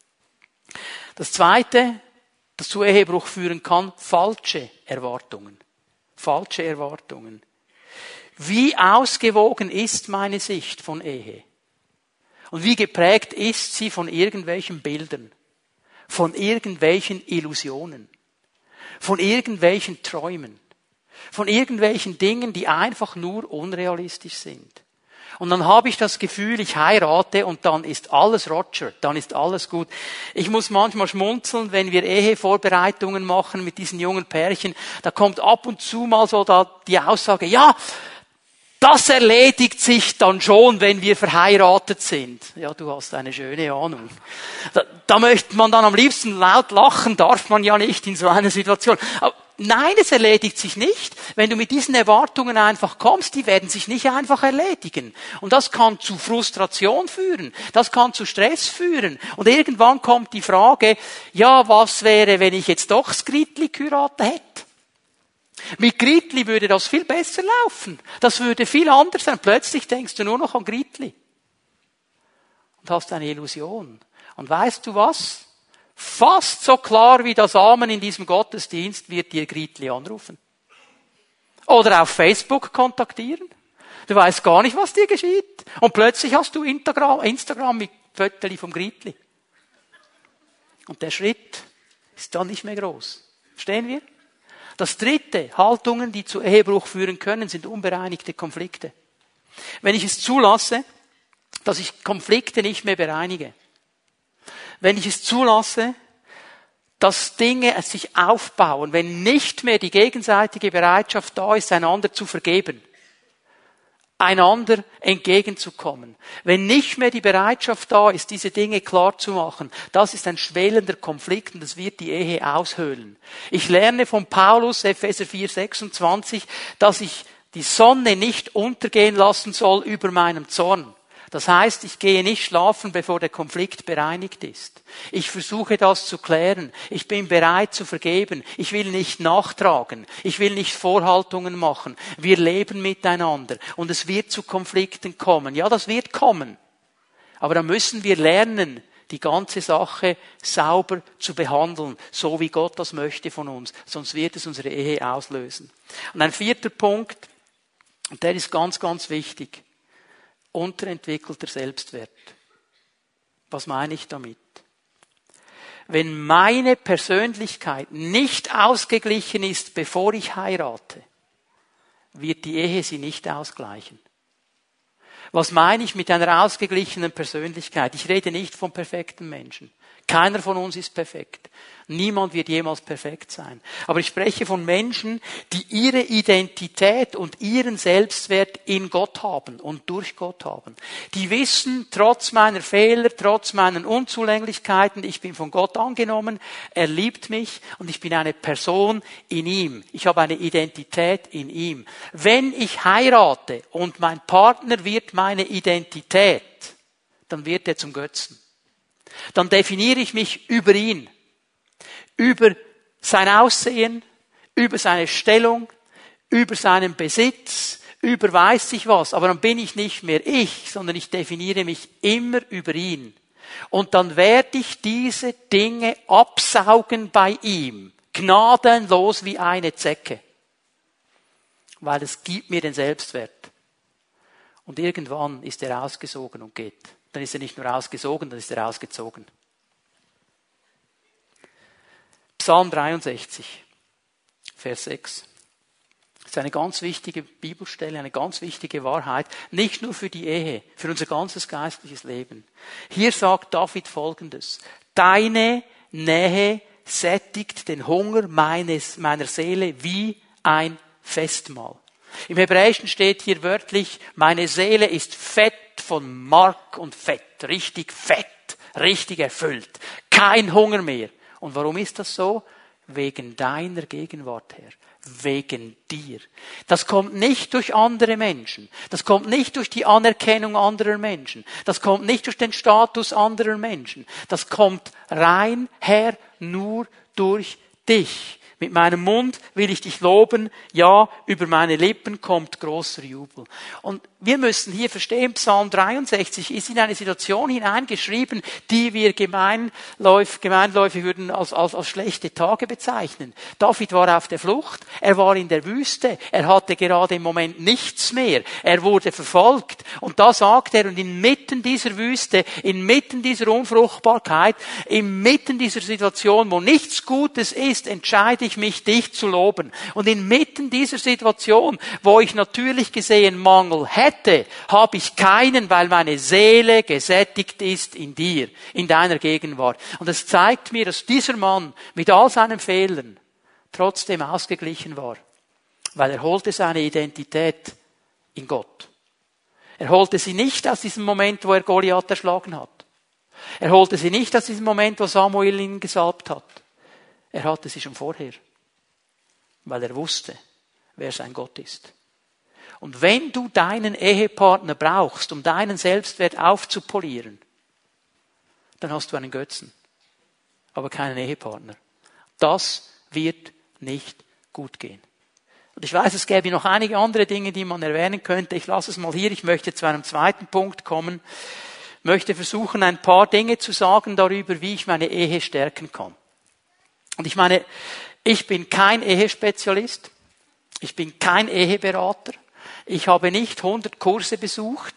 Das Zweite, das zu Ehebruch führen kann, falsche Erwartungen. Falsche Erwartungen. Wie ausgewogen ist meine Sicht von Ehe? Und wie geprägt ist sie von irgendwelchen Bildern? Von irgendwelchen Illusionen, von irgendwelchen Träumen, von irgendwelchen Dingen, die einfach nur unrealistisch sind. Und dann habe ich das Gefühl, ich heirate und dann ist alles Roger, dann ist alles gut. Ich muss manchmal schmunzeln, wenn wir Ehevorbereitungen machen mit diesen jungen Pärchen, da kommt ab und zu mal so da die Aussage, ja, das erledigt sich dann schon, wenn wir verheiratet sind. Ja, du hast eine schöne Ahnung. Da, da möchte man dann am liebsten laut lachen, darf man ja nicht in so einer Situation. Aber nein, es erledigt sich nicht. Wenn du mit diesen Erwartungen einfach kommst, die werden sich nicht einfach erledigen. Und das kann zu Frustration führen. Das kann zu Stress führen. Und irgendwann kommt die Frage, ja, was wäre, wenn ich jetzt doch das Gritli geheiratet hätte? Mit Gritli würde das viel besser laufen. Das würde viel anders sein. Plötzlich denkst du nur noch an Gritli. Und hast eine Illusion. Und weißt du was? Fast so klar wie das Amen in diesem Gottesdienst wird dir Gritli anrufen. Oder auf Facebook kontaktieren. Du weißt gar nicht, was dir geschieht. Und plötzlich hast du Instagram, Instagram mit Fotos vom Gritli. Und der Schritt ist dann nicht mehr groß. Verstehen wir? Das dritte, Haltungen, die zu Ehebruch führen können, sind unbereinigte Konflikte. Wenn ich es zulasse, dass ich Konflikte nicht mehr bereinige. Wenn ich es zulasse, dass Dinge sich aufbauen, wenn nicht mehr die gegenseitige Bereitschaft da ist, einander zu vergeben, einander entgegenzukommen. Wenn nicht mehr die Bereitschaft da ist, diese Dinge klar zu machen, das ist ein schwelender Konflikt und das wird die Ehe aushöhlen. Ich lerne von Paulus, Epheser vier sechsundzwanzig, dass ich die Sonne nicht untergehen lassen soll über meinem Zorn. Das heißt, ich gehe nicht schlafen, bevor der Konflikt bereinigt ist. Ich versuche das zu klären. Ich bin bereit zu vergeben. Ich will nicht nachtragen. Ich will nicht Vorhaltungen machen. Wir leben miteinander und es wird zu Konflikten kommen. Ja, das wird kommen. Aber dann müssen wir lernen, die ganze Sache sauber zu behandeln, so wie Gott das möchte von uns. Sonst wird es unsere Ehe auslösen. Und ein vierter Punkt, und der ist ganz, ganz wichtig. Unterentwickelter Selbstwert. Was meine ich damit? Wenn meine Persönlichkeit nicht ausgeglichen ist, bevor ich heirate, wird die Ehe sie nicht ausgleichen. Was meine ich mit einer ausgeglichenen Persönlichkeit? Ich rede nicht von perfekten Menschen. Keiner von uns ist perfekt. Niemand wird jemals perfekt sein. Aber ich spreche von Menschen, die ihre Identität und ihren Selbstwert in Gott haben und durch Gott haben. Die wissen, trotz meiner Fehler, trotz meinen Unzulänglichkeiten, ich bin von Gott angenommen, er liebt mich und ich bin eine Person in ihm. Ich habe eine Identität in ihm. Wenn ich heirate und mein Partner wird meine Identität, dann wird er zum Götzen. Dann definiere ich mich über ihn, über sein Aussehen, über seine Stellung, über seinen Besitz, über weiß ich was. Aber dann bin ich nicht mehr ich, sondern ich definiere mich immer über ihn. Und dann werde ich diese Dinge absaugen bei ihm, gnadenlos wie eine Zecke. Weil es gibt mir den Selbstwert. Und irgendwann ist er ausgesogen und geht. Dann ist er nicht nur ausgesogen, dann ist er ausgezogen. Psalm dreiundsechzig, Vers sechs. Das ist eine ganz wichtige Bibelstelle, eine ganz wichtige Wahrheit. Nicht nur für die Ehe, für unser ganzes geistliches Leben. Hier sagt David Folgendes. Deine Nähe sättigt den Hunger meines, meiner Seele wie ein Festmahl. Im Hebräischen steht hier wörtlich, meine Seele ist fett von Mark und Fett. Richtig fett, richtig erfüllt. Kein Hunger mehr. Und warum ist das so? Wegen deiner Gegenwart, Herr. Wegen dir. Das kommt nicht durch andere Menschen. Das kommt nicht durch die Anerkennung anderer Menschen. Das kommt nicht durch den Status anderer Menschen. Das kommt rein, Herr, nur durch dich. Mit meinem Mund will ich dich loben. Ja, über meine Lippen kommt großer Jubel. Und wir müssen hier verstehen, Psalm dreiundsechzig ist in eine Situation hineingeschrieben, die wir gemeinläufig, gemeinläufig würden als, als, als schlechte Tage bezeichnen. David war auf der Flucht. Er war in der Wüste. Er hatte gerade im Moment nichts mehr. Er wurde verfolgt. Und da sagt er, und inmitten dieser Wüste, inmitten dieser Unfruchtbarkeit, inmitten dieser Situation, wo nichts Gutes ist, entscheide ich mich, dich zu loben. Und inmitten dieser Situation, wo ich natürlich gesehen Mangel hätte, habe ich keinen, weil meine Seele gesättigt ist in dir, in deiner Gegenwart. Und es zeigt mir, dass dieser Mann mit all seinen Fehlern trotzdem ausgeglichen war, weil er holte seine Identität in Gott. Er holte sie nicht aus diesem Moment, wo er Goliath erschlagen hat. Er holte sie nicht aus diesem Moment, wo Samuel ihn gesalbt hat. Er hatte sie schon vorher, weil er wusste, wer sein Gott ist. Und wenn du deinen Ehepartner brauchst, um deinen Selbstwert aufzupolieren, dann hast du einen Götzen, aber keinen Ehepartner. Das wird nicht gut gehen. Und ich weiß, es gäbe noch einige andere Dinge, die man erwähnen könnte. Ich lasse es mal hier. Ich möchte zu einem zweiten Punkt kommen. Ich möchte versuchen, ein paar Dinge zu sagen darüber, wie ich meine Ehe stärken kann. Und ich meine, ich bin kein Ehespezialist. Ich bin kein Eheberater. Ich habe nicht hundert Kurse besucht.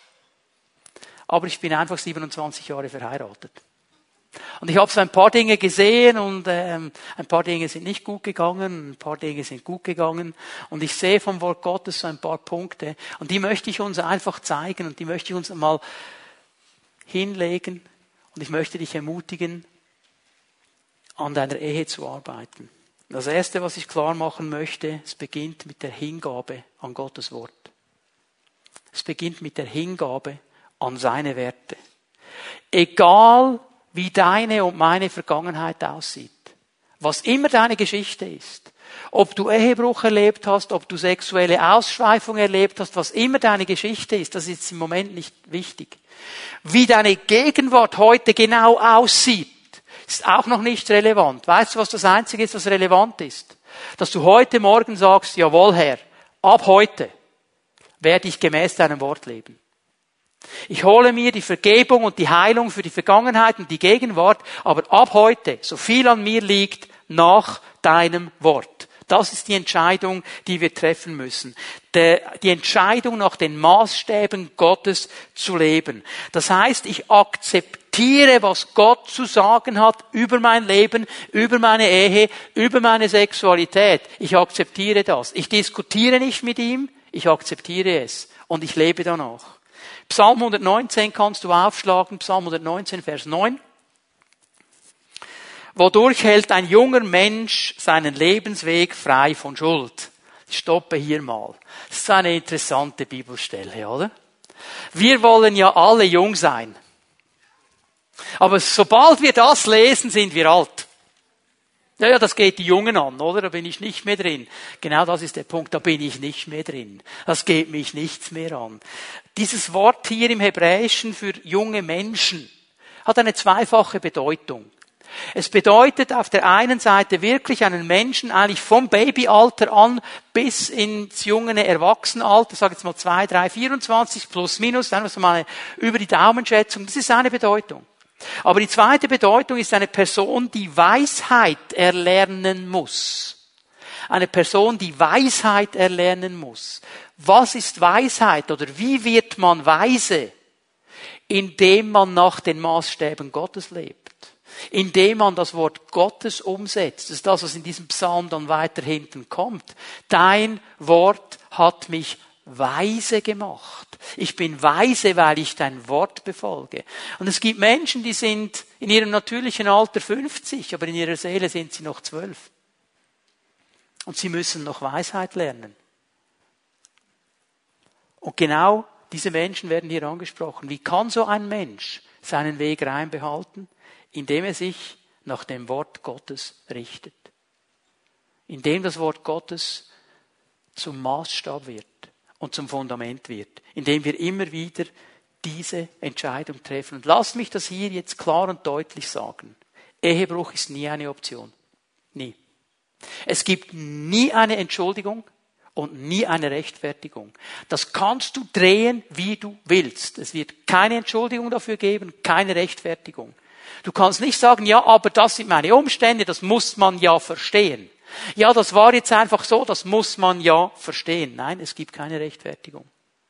Aber ich bin einfach siebenundzwanzig Jahre verheiratet. Und ich habe so ein paar Dinge gesehen und ähm, ein paar Dinge sind nicht gut gegangen, ein paar Dinge sind gut gegangen. Und ich sehe vom Wort Gottes so ein paar Punkte. Und die möchte ich uns einfach zeigen und die möchte ich uns mal hinlegen. Und ich möchte dich ermutigen, an deiner Ehe zu arbeiten. Das Erste, was ich klar machen möchte, es beginnt mit der Hingabe an Gottes Wort. Es beginnt mit der Hingabe an seine Werte. Egal, wie deine und meine Vergangenheit aussieht, was immer deine Geschichte ist, ob du Ehebruch erlebt hast, ob du sexuelle Ausschweifung erlebt hast, was immer deine Geschichte ist, das ist im Moment nicht wichtig. Wie deine Gegenwart heute genau aussieht, ist auch noch nicht relevant. Weißt du, was das Einzige ist, was relevant ist? Dass du heute Morgen sagst, jawohl Herr, ab heute werde ich gemäß deinem Wort leben. Ich hole mir die Vergebung und die Heilung für die Vergangenheit und die Gegenwart, aber ab heute, so viel an mir liegt, nach deinem Wort. Das ist die Entscheidung, die wir treffen müssen. Die Entscheidung, nach den Maßstäben Gottes zu leben. Das heißt, ich akzeptiere, was Gott zu sagen hat über mein Leben, über meine Ehe, über meine Sexualität. Ich akzeptiere das. Ich diskutiere nicht mit ihm, ich akzeptiere es und ich lebe danach. Psalm hundertneunzehn kannst du aufschlagen, Psalm hundertneunzehn, Vers neun. Wodurch hält ein junger Mensch seinen Lebensweg frei von Schuld? Ich stoppe hier mal. Das ist eine interessante Bibelstelle, oder? Wir wollen ja alle jung sein. Aber sobald wir das lesen, sind wir alt. Ja, ja, das geht die Jungen an, oder? Da bin ich nicht mehr drin. Genau das ist der Punkt, da bin ich nicht mehr drin. Das geht mich nichts mehr an. Dieses Wort hier im Hebräischen für junge Menschen hat eine zweifache Bedeutung. Es bedeutet auf der einen Seite wirklich einen Menschen eigentlich vom Babyalter an bis ins junge Erwachsenenalter, sage jetzt mal zwei, drei, vierundzwanzig plus minus, einfach so mal über die Daumenschätzung, das ist eine Bedeutung. Aber die zweite Bedeutung ist eine Person, die Weisheit erlernen muss. Eine Person, die Weisheit erlernen muss. Was ist Weisheit oder wie wird man weise? Indem man nach den Maßstäben Gottes lebt. Indem man das Wort Gottes umsetzt. Das ist das, was in diesem Psalm dann weiter hinten kommt. Dein Wort hat mich weise gemacht. Ich bin weise, weil ich dein Wort befolge. Und es gibt Menschen, die sind in ihrem natürlichen Alter fünfzig, aber in ihrer Seele sind sie noch zwölf. Und sie müssen noch Weisheit lernen. Und genau diese Menschen werden hier angesprochen. Wie kann so ein Mensch seinen Weg rein behalten? Indem er sich nach dem Wort Gottes richtet. Indem das Wort Gottes zum Maßstab wird und zum Fundament wird. Indem wir immer wieder diese Entscheidung treffen. Und lasst mich das hier jetzt klar und deutlich sagen. Ehebruch ist nie eine Option. Nie. Es gibt nie eine Entschuldigung und nie eine Rechtfertigung. Das kannst du drehen, wie du willst. Es wird keine Entschuldigung dafür geben, keine Rechtfertigung. Du kannst nicht sagen, ja, aber das sind meine Umstände, das muss man ja verstehen. Ja, das war jetzt einfach so, das muss man ja verstehen. Nein, es gibt keine Rechtfertigung.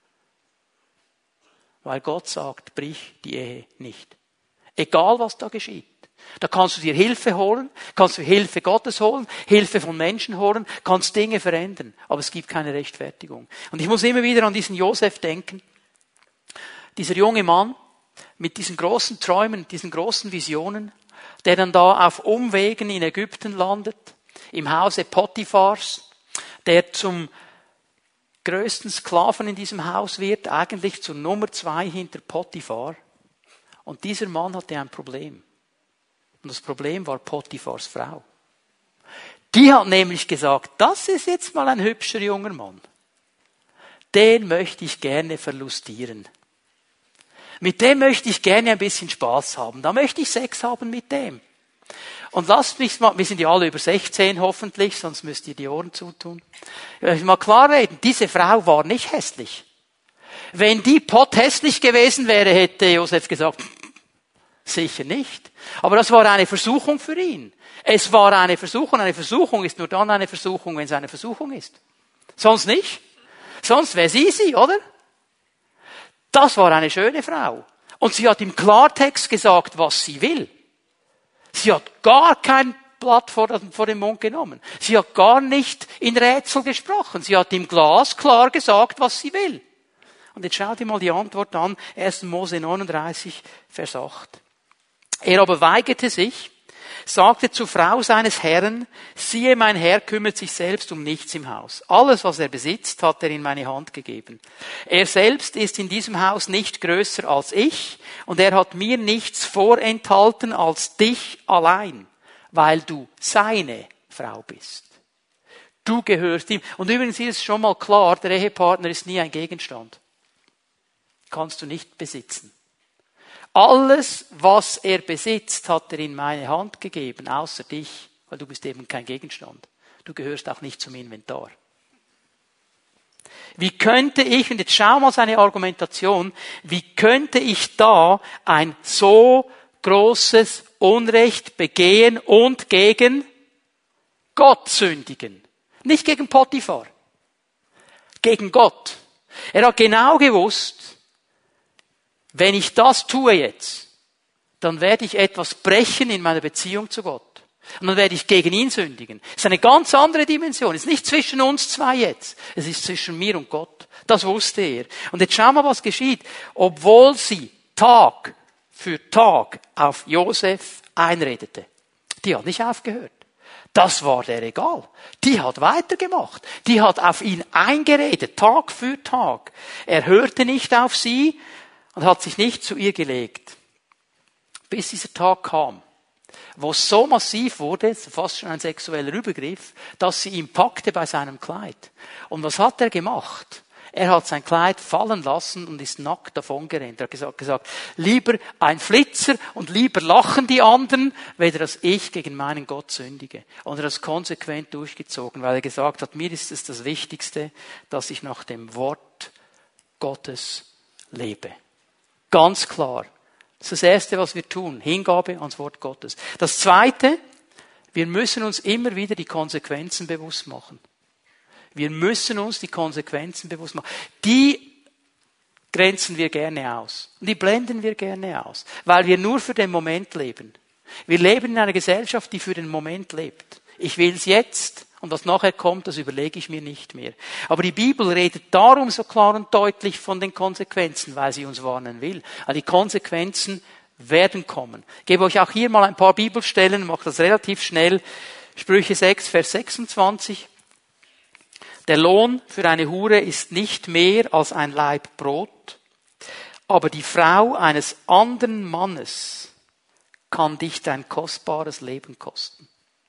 Weil Gott sagt, brich die Ehe nicht. Egal, was da geschieht. Da kannst du dir Hilfe holen, kannst du Hilfe Gottes holen, Hilfe von Menschen holen, kannst Dinge verändern. Aber es gibt keine Rechtfertigung. Und ich muss immer wieder an diesen Josef denken. Dieser junge Mann, mit diesen großen Träumen, diesen großen Visionen, der dann da auf Umwegen in Ägypten landet, im Hause Potiphars, der zum größten Sklaven in diesem Haus wird, eigentlich zur Nummer zwei hinter Potiphar. Und dieser Mann hatte ein Problem. Und das Problem war Potiphars Frau. Die hat nämlich gesagt, das ist jetzt mal ein hübscher junger Mann. Den möchte ich gerne verlustieren. Mit dem möchte ich gerne ein bisschen Spaß haben. Da möchte ich Sex haben mit dem. Und lasst mich mal, wir sind ja alle über sechzehn hoffentlich, sonst müsst ihr die Ohren zutun. Ich möchte mal klar reden, diese Frau war nicht hässlich. Wenn die potthässlich gewesen wäre, hätte Josef gesagt, sicher nicht. Aber das war eine Versuchung für ihn. Es war eine Versuchung. Eine Versuchung ist nur dann eine Versuchung, wenn es eine Versuchung ist. Sonst nicht. Sonst wäre sie sie, oder? Das war eine schöne Frau. Und sie hat im Klartext gesagt, was sie will. Sie hat gar kein Blatt vor, vor den Mund genommen. Sie hat gar nicht in Rätsel gesprochen. Sie hat im Glas klar gesagt, was sie will. Und jetzt schau dir mal die Antwort an. erster Mose neununddreißig, Vers acht. Er aber weigerte sich, sagte zur Frau seines Herrn, siehe, mein Herr kümmert sich selbst um nichts im Haus. Alles, was er besitzt, hat er in meine Hand gegeben. Er selbst ist in diesem Haus nicht größer als ich und er hat mir nichts vorenthalten als dich allein, weil du seine Frau bist. Du gehörst ihm. Und übrigens ist es schon mal klar, der Ehepartner ist nie ein Gegenstand. Kannst du nicht besitzen. Alles, was er besitzt, hat er in meine Hand gegeben, außer dich, weil du bist eben kein Gegenstand. Du gehörst auch nicht zum Inventar. Wie könnte ich, und jetzt schau mal seine Argumentation, wie könnte ich da ein so großes Unrecht begehen und gegen Gott sündigen? Nicht gegen Potiphar, gegen Gott. Er hat genau gewusst, wenn ich das tue jetzt, dann werde ich etwas brechen in meiner Beziehung zu Gott. Und dann werde ich gegen ihn sündigen. Das ist eine ganz andere Dimension. Es ist nicht zwischen uns zwei jetzt. Es ist zwischen mir und Gott. Das wusste er. Und jetzt schauen wir, was geschieht. Obwohl sie Tag für Tag auf Josef einredete. Die hat nicht aufgehört. Das war der egal. Die hat weitergemacht. Die hat auf ihn eingeredet, Tag für Tag. Er hörte nicht auf sie und hat sich nicht zu ihr gelegt. Bis dieser Tag kam, wo es so massiv wurde, fast schon ein sexueller Übergriff, dass sie ihn packte bei seinem Kleid. Und was hat er gemacht? Er hat sein Kleid fallen lassen und ist nackt davongerannt. Er hat gesagt, gesagt, lieber ein Flitzer und lieber lachen die anderen, weder dass ich gegen meinen Gott sündige. Und er hat es konsequent durchgezogen, weil er gesagt hat, mir ist es das Wichtigste, dass ich nach dem Wort Gottes lebe. Ganz klar. Das ist das Erste, was wir tun. Hingabe ans Wort Gottes. Das Zweite, wir müssen uns immer wieder die Konsequenzen bewusst machen. Wir müssen uns die Konsequenzen bewusst machen. Die grenzen wir gerne aus. Und die blenden wir gerne aus. Weil wir nur für den Moment leben. Wir leben in einer Gesellschaft, die für den Moment lebt. Ich will es jetzt. Und was nachher kommt, das überlege ich mir nicht mehr. Aber die Bibel redet darum so klar und deutlich von den Konsequenzen, weil sie uns warnen will. Also die Konsequenzen werden kommen. Ich gebe euch auch hier mal ein paar Bibelstellen, mache das relativ schnell. Sprüche sechs, Vers sechsundzwanzig. Der Lohn für eine Hure ist nicht mehr als ein Laib Brot, aber die Frau eines anderen Mannes kann dich dein kostbares Leben kosten.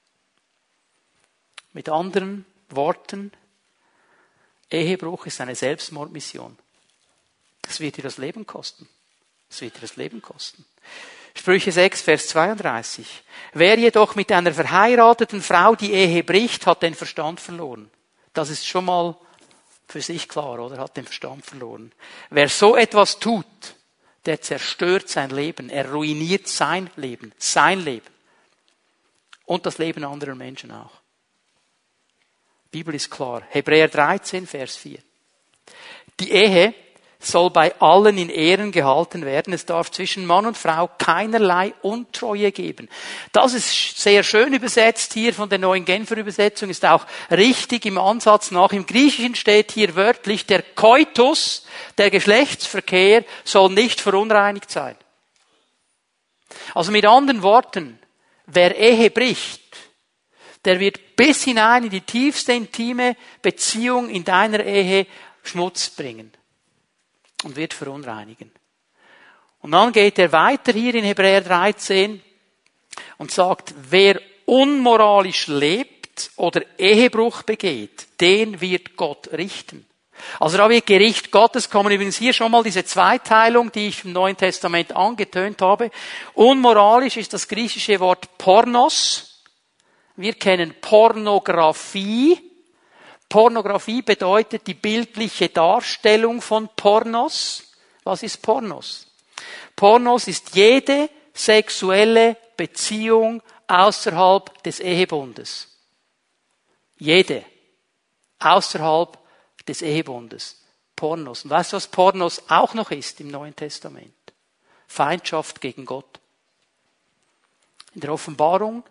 Mit anderen Worten, Ehebruch ist eine Selbstmordmission. Es wird dir das Leben kosten. Es wird dir das Leben kosten. Sprüche sechs, Vers zweiunddreißig. Wer jedoch mit einer verheirateten Frau die Ehe bricht, hat den Verstand verloren. Das ist schon mal für sich klar, oder? Hat den Verstand verloren. Wer so etwas tut, der zerstört sein Leben. Er ruiniert sein Leben. Sein Leben. Und das Leben anderer Menschen auch. Die Bibel ist klar. Hebräer dreizehn, Vers vier. Die Ehe soll bei allen in Ehren gehalten werden. Es darf zwischen Mann und Frau keinerlei Untreue geben. Das ist sehr schön übersetzt hier von der neuen Genfer Übersetzung, ist auch richtig im Ansatz nach. Im Griechischen steht hier wörtlich, der Koitus, der Geschlechtsverkehr, soll nicht verunreinigt sein. Also mit anderen Worten, wer Ehe bricht, der wird bis hinein in die tiefste intime Beziehung in deiner Ehe Schmutz bringen und wird verunreinigen. Und dann geht er weiter hier in Hebräer dreizehn und sagt, wer unmoralisch lebt oder Ehebruch begeht, den wird Gott richten. Also da wird Gericht Gottes kommen. Übrigens hier schon mal diese Zweiteilung, die ich im Neuen Testament angetönt habe. Unmoralisch ist das griechische Wort Pornos. Wir kennen Pornografie. Pornografie bedeutet die bildliche Darstellung von Pornos. Was ist Pornos? Pornos ist jede sexuelle Beziehung außerhalb des Ehebundes. Jede. Außerhalb des Ehebundes. Pornos. Und weißt du, was Pornos auch noch ist im Neuen Testament? Feindschaft gegen Gott. In der Offenbarung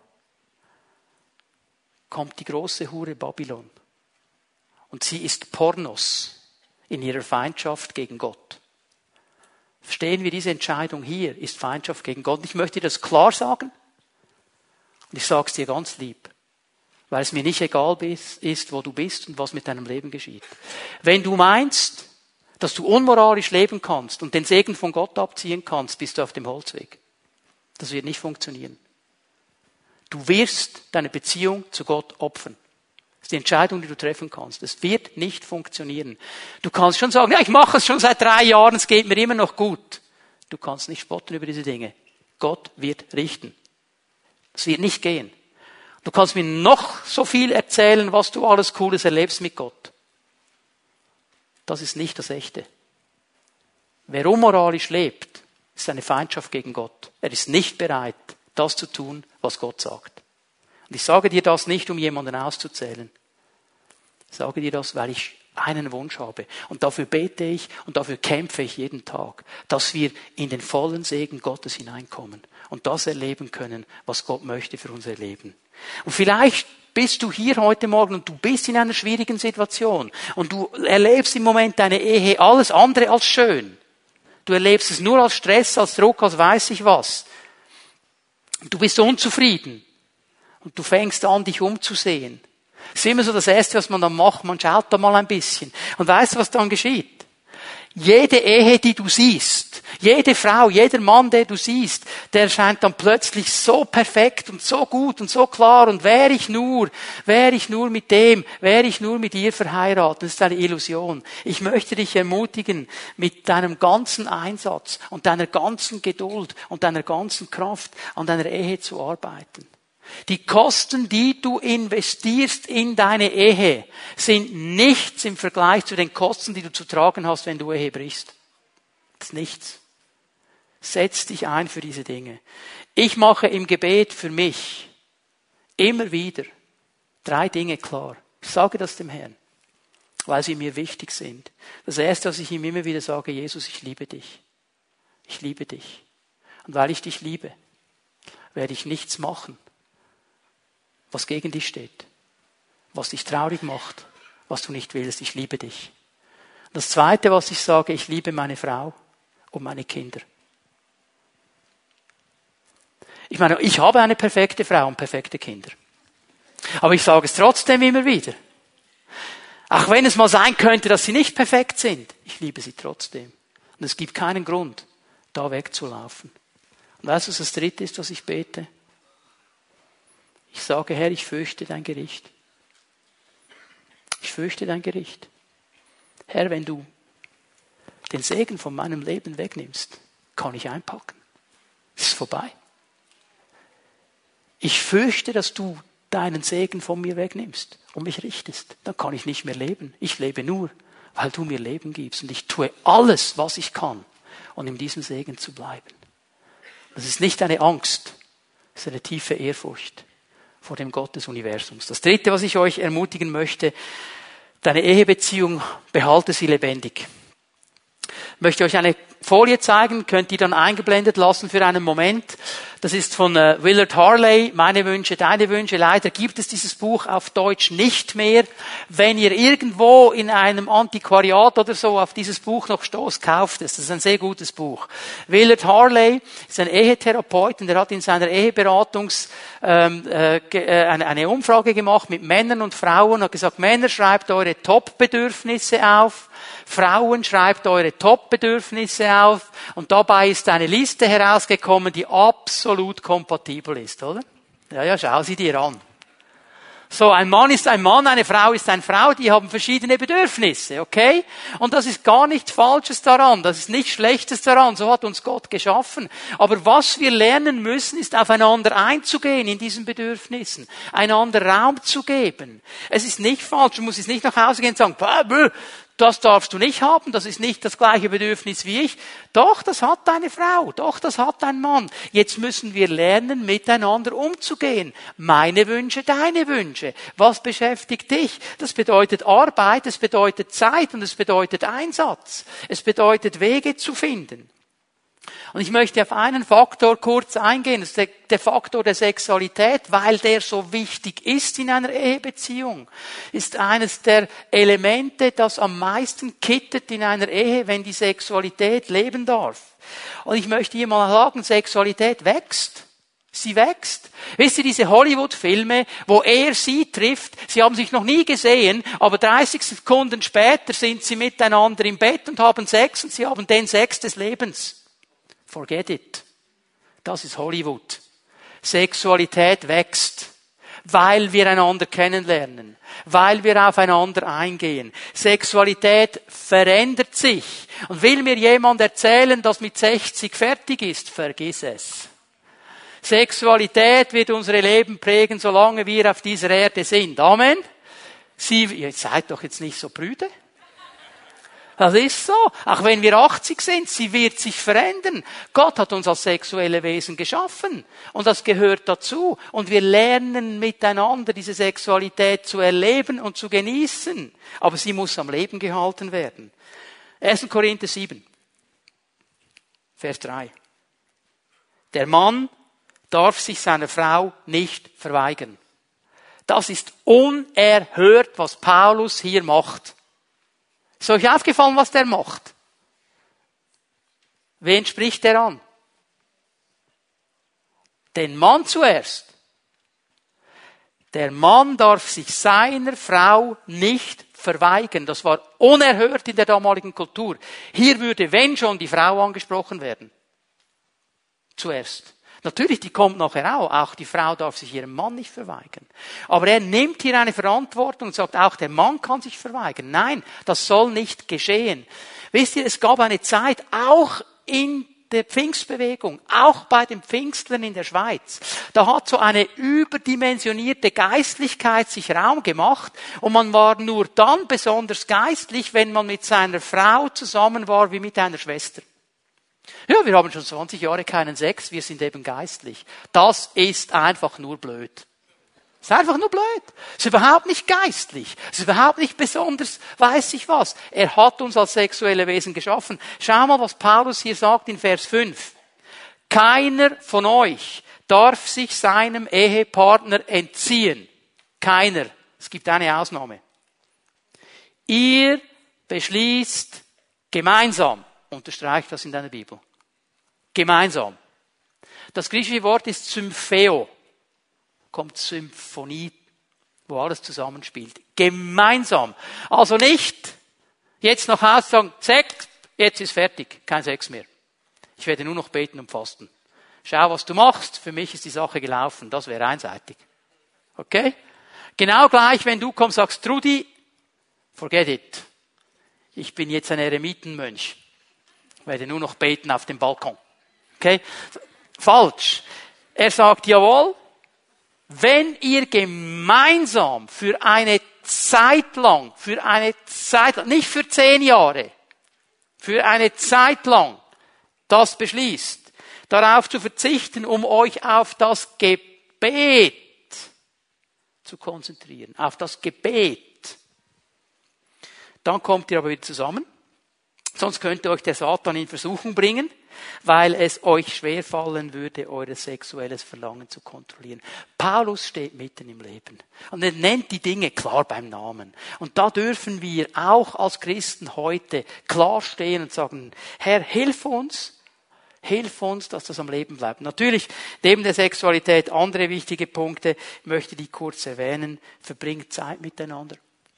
kommt die große Hure Babylon. Und sie ist Pornos in ihrer Feindschaft gegen Gott. Verstehen wir diese Entscheidung hier, ist Feindschaft gegen Gott. Ich möchte das klar sagen. Und ich sage es dir ganz lieb, weil es mir nicht egal ist, wo du bist und was mit deinem Leben geschieht. Wenn du meinst, dass du unmoralisch leben kannst und den Segen von Gott abziehen kannst, bist du auf dem Holzweg. Das wird nicht funktionieren. Du wirst deine Beziehung zu Gott opfern. Das ist die Entscheidung, die du treffen kannst. Es wird nicht funktionieren. Du kannst schon sagen, ja, ich mache es schon seit drei Jahren, es geht mir immer noch gut. Du kannst nicht spotten über diese Dinge. Gott wird richten. Es wird nicht gehen. Du kannst mir noch so viel erzählen, was du alles Cooles erlebst mit Gott. Das ist nicht das Echte. Wer unmoralisch lebt, ist eine Feindschaft gegen Gott. Er ist nicht bereit, das zu tun, was Gott sagt. Und ich sage dir das nicht, um jemanden auszuzählen. Ich sage dir das, weil ich einen Wunsch habe. Und dafür bete ich und dafür kämpfe ich jeden Tag, dass wir in den vollen Segen Gottes hineinkommen und das erleben können, was Gott möchte für unser Leben. Und vielleicht bist du hier heute Morgen und du bist in einer schwierigen Situation und du erlebst im Moment deine Ehe alles andere als schön. Du erlebst es nur als Stress, als Druck, als weiß ich was. Du bist unzufrieden und du fängst an, dich umzusehen. Das ist immer so das Erste, was man dann macht. Man schaut da mal ein bisschen. Und weißt du, was dann geschieht? Jede Ehe, die du siehst, jede Frau, jeder Mann, der du siehst, der erscheint dann plötzlich so perfekt und so gut und so klar. Und wäre ich nur, wäre ich nur mit dem, wäre ich nur mit ihr verheiratet. Das ist eine Illusion. Ich möchte dich ermutigen, mit deinem ganzen Einsatz und deiner ganzen Geduld und deiner ganzen Kraft an deiner Ehe zu arbeiten. Die Kosten, die du investierst in deine Ehe, sind nichts im Vergleich zu den Kosten, die du zu tragen hast, wenn du Ehe brichst. Das ist nichts. Setz dich ein für diese Dinge. Ich mache im Gebet für mich immer wieder drei Dinge klar. Ich sage das dem Herrn, weil sie mir wichtig sind. Das Erste, was ich ihm immer wieder sage, Jesus, ich liebe dich. Ich liebe dich. Und weil ich dich liebe, werde ich nichts machen, was gegen dich steht, was dich traurig macht, was du nicht willst. Ich liebe dich. Das Zweite, was ich sage, ich liebe meine Frau und meine Kinder. Ich meine, ich habe eine perfekte Frau und perfekte Kinder. Aber ich sage es trotzdem immer wieder. Auch wenn es mal sein könnte, dass sie nicht perfekt sind, ich liebe sie trotzdem. Und es gibt keinen Grund, da wegzulaufen. Und weißt du, was das Dritte ist, was ich bete? Ich sage, Herr, ich fürchte dein Gericht. Ich fürchte dein Gericht. Herr, wenn du den Segen von meinem Leben wegnimmst, kann ich einpacken. Es ist vorbei. Ich fürchte, dass du deinen Segen von mir wegnimmst und mich richtest. Dann kann ich nicht mehr leben. Ich lebe nur, weil du mir Leben gibst. Und ich tue alles, was ich kann, um in diesem Segen zu bleiben. Das ist nicht eine Angst, das ist eine tiefe Ehrfurcht vor dem Gott des Universums. Das Dritte, was ich euch ermutigen möchte, deine Ehebeziehung, behalte sie lebendig. Ich möchte euch eine Folie zeigen, könnt ihr dann eingeblendet lassen für einen Moment. Das ist von äh, Willard Harley, Meine Wünsche, deine Wünsche. Leider gibt es dieses Buch auf Deutsch nicht mehr. Wenn ihr irgendwo in einem Antiquariat oder so auf dieses Buch noch stoßt, kauft es. Das ist ein sehr gutes Buch. Willard Harley ist ein Ehetherapeut und er hat in seiner Eheberatungs ähm, äh, eine, eine Umfrage gemacht mit Männern und Frauen und hat gesagt, Männer, schreibt eure Top-Bedürfnisse auf. Frauen, schreibt eure Top-Bedürfnisse auf. Und dabei ist eine Liste herausgekommen, die absolut kompatibel ist, oder? Ja, ja, schau sie dir an. So, ein Mann ist ein Mann, eine Frau ist eine Frau, die haben verschiedene Bedürfnisse, okay? Und das ist gar nichts Falsches daran, das ist nichts Schlechtes daran, so hat uns Gott geschaffen. Aber was wir lernen müssen, ist aufeinander einzugehen in diesen Bedürfnissen, einander Raum zu geben. Es ist nicht falsch, du musst jetzt nicht nach Hause gehen und sagen, das darfst du nicht haben, das ist nicht das gleiche Bedürfnis wie ich. Doch, das hat deine Frau, doch, das hat dein Mann. Jetzt müssen wir lernen, miteinander umzugehen. Meine Wünsche, deine Wünsche. Was beschäftigt dich? Das bedeutet Arbeit, es bedeutet Zeit und es bedeutet Einsatz. Es bedeutet Wege zu finden. Und ich möchte auf einen Faktor kurz eingehen, das ist der, der Faktor der Sexualität, weil der so wichtig ist in einer Ehebeziehung. Ist eines der Elemente, das am meisten kittet in einer Ehe, wenn die Sexualität leben darf. Und ich möchte hier mal sagen, Sexualität wächst. Sie wächst. Wisst ihr, diese Hollywood-Filme, wo er sie trifft, sie haben sich noch nie gesehen, aber dreißig Sekunden später sind sie miteinander im Bett und haben Sex und sie haben den Sex des Lebens. Forget it. Das ist Hollywood. Sexualität wächst, weil wir einander kennenlernen, weil wir aufeinander eingehen. Sexualität verändert sich. Und will mir jemand erzählen, dass mit sechzig fertig ist, vergiss es. Sexualität wird unsere Leben prägen, solange wir auf dieser Erde sind. Amen. Sie, ihr seid doch jetzt nicht so prüde. Das ist so. Auch wenn wir achtzig sind, sie wird sich verändern. Gott hat uns als sexuelle Wesen geschaffen. Und das gehört dazu. Und wir lernen miteinander diese Sexualität zu erleben und zu genießen. Aber sie muss am Leben gehalten werden. erster Korinther sieben, Vers drei. Der Mann darf sich seiner Frau nicht verweigern. Das ist unerhört, was Paulus hier macht. Ist euch aufgefallen, was der macht? Wen spricht er an? Den Mann zuerst. Der Mann darf sich seiner Frau nicht verweigern. Das war unerhört in der damaligen Kultur. Hier würde, wenn schon, die Frau angesprochen werden. Zuerst. Natürlich, die kommt nachher auch. Auch die Frau darf sich ihrem Mann nicht verweigern. Aber er nimmt hier eine Verantwortung und sagt, auch der Mann kann sich verweigern. Nein, das soll nicht geschehen. Wisst ihr, es gab eine Zeit, auch in der Pfingstbewegung, auch bei den Pfingstlern in der Schweiz, da hat so eine überdimensionierte Geistlichkeit sich Raum gemacht und man war nur dann besonders geistlich, wenn man mit seiner Frau zusammen war wie mit einer Schwester. Ja, wir haben schon zwanzig Jahre keinen Sex, wir sind eben geistlich. Das ist einfach nur blöd. Das ist einfach nur blöd. Das ist überhaupt nicht geistlich. Das ist überhaupt nicht besonders, weiß ich was. Er hat uns als sexuelle Wesen geschaffen. Schau mal, was Paulus hier sagt in Vers fünf. Keiner von euch darf sich seinem Ehepartner entziehen. Keiner. Es gibt eine Ausnahme. Ihr beschließt gemeinsam. Unterstreicht das in deiner Bibel. Gemeinsam. Das griechische Wort ist Sympheo. Kommt Symphonie, wo alles zusammenspielt. Gemeinsam. Also nicht jetzt nach Hause sagen, Sex, jetzt ist fertig, kein Sex mehr. Ich werde nur noch beten und fasten. Schau, was du machst, für mich ist die Sache gelaufen. Das wäre einseitig. Okay? Genau gleich, wenn du kommst, sagst, Trudi, forget it. Ich bin jetzt ein Eremitenmönch. Ich werde nur noch beten auf dem Balkon. Okay? Falsch. Er sagt, jawohl, wenn ihr gemeinsam für eine Zeit lang, für eine Zeit lang, nicht für zehn Jahre, für eine Zeit lang das beschließt, darauf zu verzichten, um euch auf das Gebet zu konzentrieren, auf das Gebet, dann kommt ihr aber wieder zusammen. Sonst könnte euch der Satan in Versuchung bringen, weil es euch schwerfallen würde, euer sexuelles Verlangen zu kontrollieren. Paulus steht mitten im Leben und er nennt die Dinge klar beim Namen. Und da dürfen wir auch als Christen heute klar stehen und sagen, Herr, hilf uns, hilf uns, dass das am Leben bleibt. Natürlich, neben der Sexualität andere wichtige Punkte, ich möchte die kurz erwähnen, verbringt Zeit miteinander.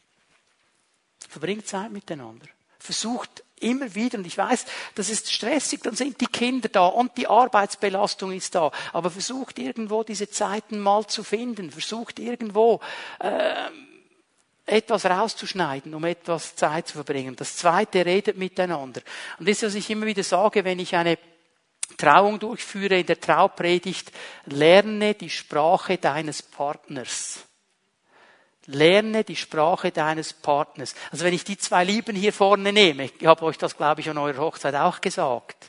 Verbringt Zeit miteinander. Versucht immer wieder, und ich weiß, das ist stressig, dann sind die Kinder da und die Arbeitsbelastung ist da, aber versucht irgendwo diese Zeiten mal zu finden, versucht irgendwo äh, etwas rauszuschneiden, um etwas Zeit zu verbringen. Das Zweite, redet miteinander. Und das ist, was ich immer wieder sage, wenn ich eine Trauung durchführe, in der Traupredigt, lerne die Sprache deines Partners. Lerne die Sprache deines Partners. Also wenn ich die zwei Lieben hier vorne nehme, ich habe euch das, glaube ich, an eurer Hochzeit auch gesagt.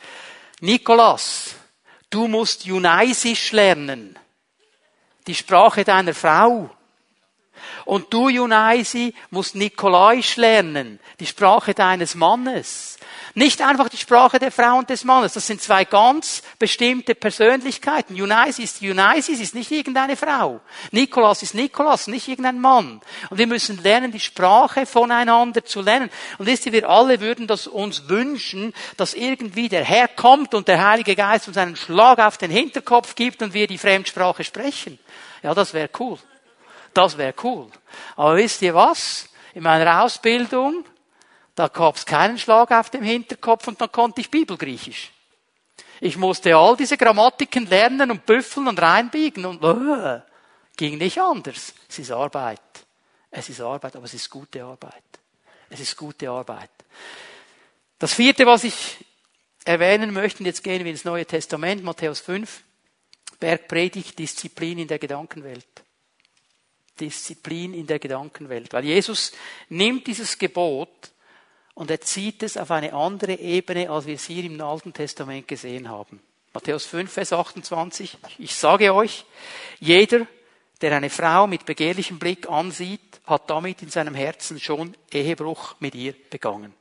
Nikolas, du musst Junaisisch lernen. Die Sprache deiner Frau. Und du, Junaisi, musst Nikolaisch lernen, die Sprache deines Mannes. Nicht einfach die Sprache der Frau und des Mannes. Das sind zwei ganz bestimmte Persönlichkeiten. Junaisi ist Junaisi, sie ist nicht irgendeine Frau. Nikolaus ist Nikolaus, nicht irgendein Mann. Und wir müssen lernen, die Sprache voneinander zu lernen. Und wisst ihr, wir alle würden das uns wünschen, dass irgendwie der Herr kommt und der Heilige Geist uns einen Schlag auf den Hinterkopf gibt und wir die Fremdsprache sprechen. Ja, das wäre cool. Das wäre cool. Aber wisst ihr was? In meiner Ausbildung, da gab es keinen Schlag auf dem Hinterkopf und dann konnte ich Bibelgriechisch. Ich musste all diese Grammatiken lernen und büffeln und reinbiegen und äh, ging nicht anders. Es ist Arbeit. Es ist Arbeit, aber es ist gute Arbeit. Es ist gute Arbeit. Das vierte, was ich erwähnen möchte, und jetzt gehen wir ins Neue Testament, Matthäus fünf, Bergpredigt, Disziplin in der Gedankenwelt. Disziplin in der Gedankenwelt. Weil Jesus nimmt dieses Gebot und er zieht es auf eine andere Ebene, als wir es hier im Alten Testament gesehen haben. Matthäus fünf, Vers achtundzwanzig. Ich sage euch, jeder, der eine Frau mit begehrlichem Blick ansieht, hat damit in seinem Herzen schon Ehebruch mit ihr begangen.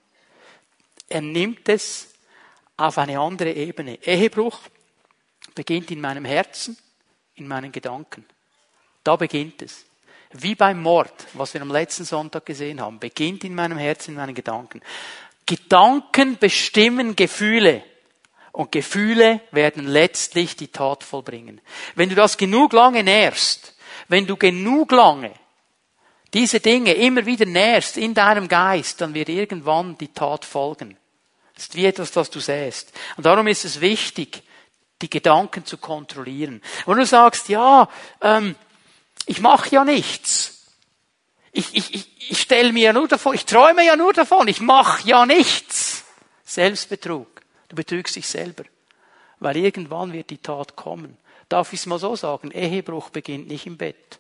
Er nimmt es auf eine andere Ebene. Ehebruch beginnt in meinem Herzen, in meinen Gedanken. Da beginnt es. Wie beim Mord, was wir am letzten Sonntag gesehen haben, beginnt in meinem Herzen, in meinen Gedanken. Gedanken bestimmen Gefühle und Gefühle werden letztlich die Tat vollbringen. Wenn du das genug lange nährst, wenn du genug lange diese Dinge immer wieder nährst in deinem Geist, dann wird irgendwann die Tat folgen. Das ist wie etwas, das du säst. Und darum ist es wichtig, die Gedanken zu kontrollieren. Und du sagst, ja, ähm, ich mache ja nichts. Ich, ich, ich, ich stelle mir ja nur davon, ich träume ja nur davon, ich mache ja nichts. Selbstbetrug. Du betrügst dich selber. Weil irgendwann wird die Tat kommen. Darf ich es mal so sagen? Ehebruch beginnt nicht im Bett.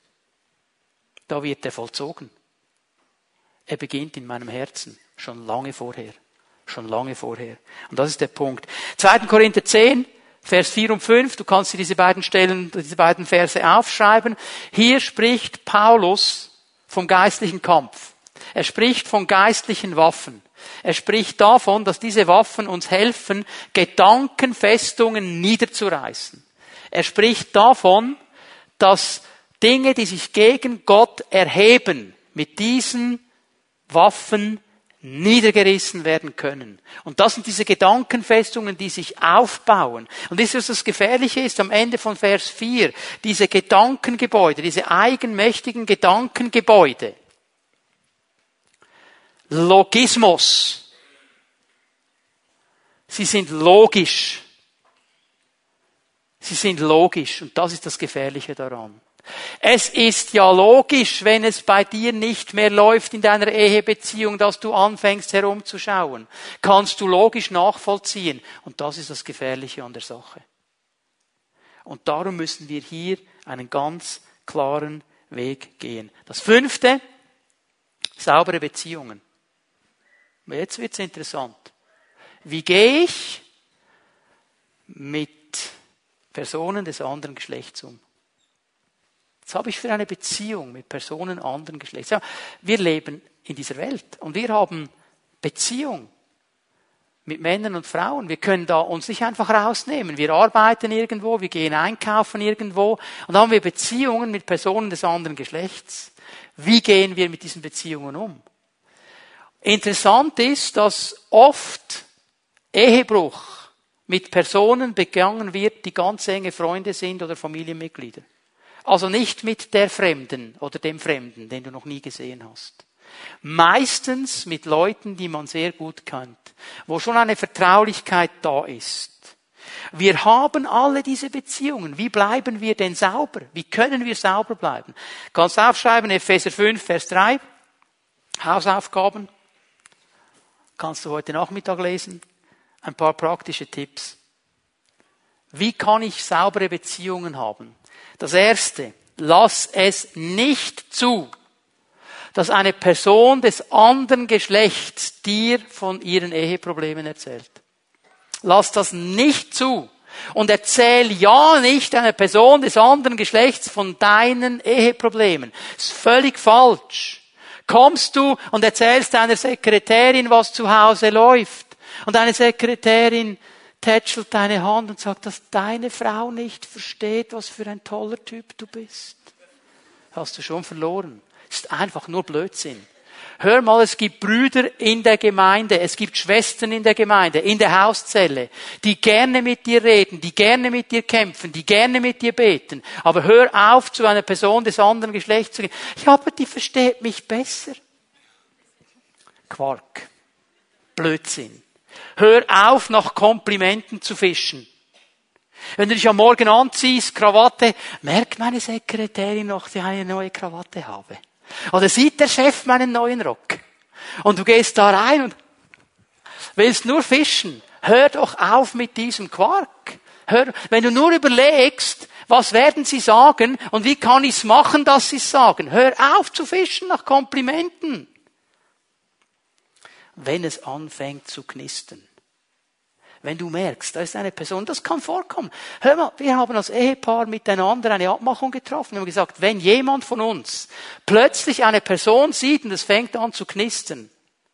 Da wird er vollzogen. Er beginnt in meinem Herzen. Schon lange vorher. Schon lange vorher. Und das ist der Punkt. zweiter Korinther zehn. Vers vier und fünf, du kannst dir diese beiden Stellen, diese beiden Verse aufschreiben. Hier spricht Paulus vom geistlichen Kampf. Er spricht von geistlichen Waffen. Er spricht davon, dass diese Waffen uns helfen, Gedankenfestungen niederzureißen. Er spricht davon, dass Dinge, die sich gegen Gott erheben, mit diesen Waffen niedergerissen werden können. Und das sind diese Gedankenfestungen, die sich aufbauen. Und das ist, was das Gefährliche ist am Ende von Vers vier. Diese Gedankengebäude, diese eigenmächtigen Gedankengebäude. Logismus. Sie sind logisch. Sie sind logisch. Und das ist das Gefährliche daran. Es ist ja logisch, wenn es bei dir nicht mehr läuft in deiner Ehebeziehung, dass du anfängst herumzuschauen. Kannst du logisch nachvollziehen. Und das ist das Gefährliche an der Sache. Und darum müssen wir hier einen ganz klaren Weg gehen. Das fünfte, saubere Beziehungen. Jetzt wird's interessant. Wie gehe ich mit Personen des anderen Geschlechts um? Was habe ich für eine Beziehung mit Personen anderen Geschlechts? Wir leben in dieser Welt und wir haben Beziehung mit Männern und Frauen. Wir können da uns nicht einfach rausnehmen. Wir arbeiten irgendwo, wir gehen einkaufen irgendwo und dann haben wir Beziehungen mit Personen des anderen Geschlechts. Wie gehen wir mit diesen Beziehungen um? Interessant ist, dass oft Ehebruch mit Personen begangen wird, die ganz enge Freunde sind oder Familienmitglieder. Also nicht mit der Fremden oder dem Fremden, den du noch nie gesehen hast. Meistens mit Leuten, die man sehr gut kennt, wo schon eine Vertraulichkeit da ist. Wir haben alle diese Beziehungen. Wie bleiben wir denn sauber? Wie können wir sauber bleiben? Kannst du aufschreiben, Epheser fünf, Vers drei. Hausaufgaben. Kannst du heute Nachmittag lesen. Ein paar praktische Tipps. Wie kann ich saubere Beziehungen haben? Das erste, lass es nicht zu, dass eine Person des anderen Geschlechts dir von ihren Eheproblemen erzählt. Lass das nicht zu. Und erzähl ja nicht einer Person des anderen Geschlechts von deinen Eheproblemen. Das ist völlig falsch. Kommst du und erzählst deiner Sekretärin, was zu Hause läuft. Und deine Sekretärin tätschelt deine Hand und sagt, dass deine Frau nicht versteht, was für ein toller Typ du bist. Hast du schon verloren. Das ist einfach nur Blödsinn. Hör mal, es gibt Brüder in der Gemeinde, es gibt Schwestern in der Gemeinde, in der Hauszelle, die gerne mit dir reden, die gerne mit dir kämpfen, die gerne mit dir beten. Aber hör auf, zu einer Person des anderen Geschlechts zu gehen. Ja, aber die versteht mich besser. Quark. Blödsinn. Hör auf, nach Komplimenten zu fischen. Wenn du dich am Morgen anziehst, Krawatte, merkt meine Sekretärin noch, dass ich eine neue Krawatte habe. Oder sieht der Chef meinen neuen Rock? Und du gehst da rein und willst nur fischen. Hör doch auf mit diesem Quark. Hör, wenn du nur überlegst, was werden sie sagen und wie kann ich es machen, dass sie es sagen. Hör auf zu fischen nach Komplimenten. Wenn es anfängt zu knistern. Wenn du merkst, da ist eine Person, das kann vorkommen. Hör mal, wir haben als Ehepaar miteinander eine Abmachung getroffen. Wir haben gesagt, wenn jemand von uns plötzlich eine Person sieht und es fängt an zu knistern,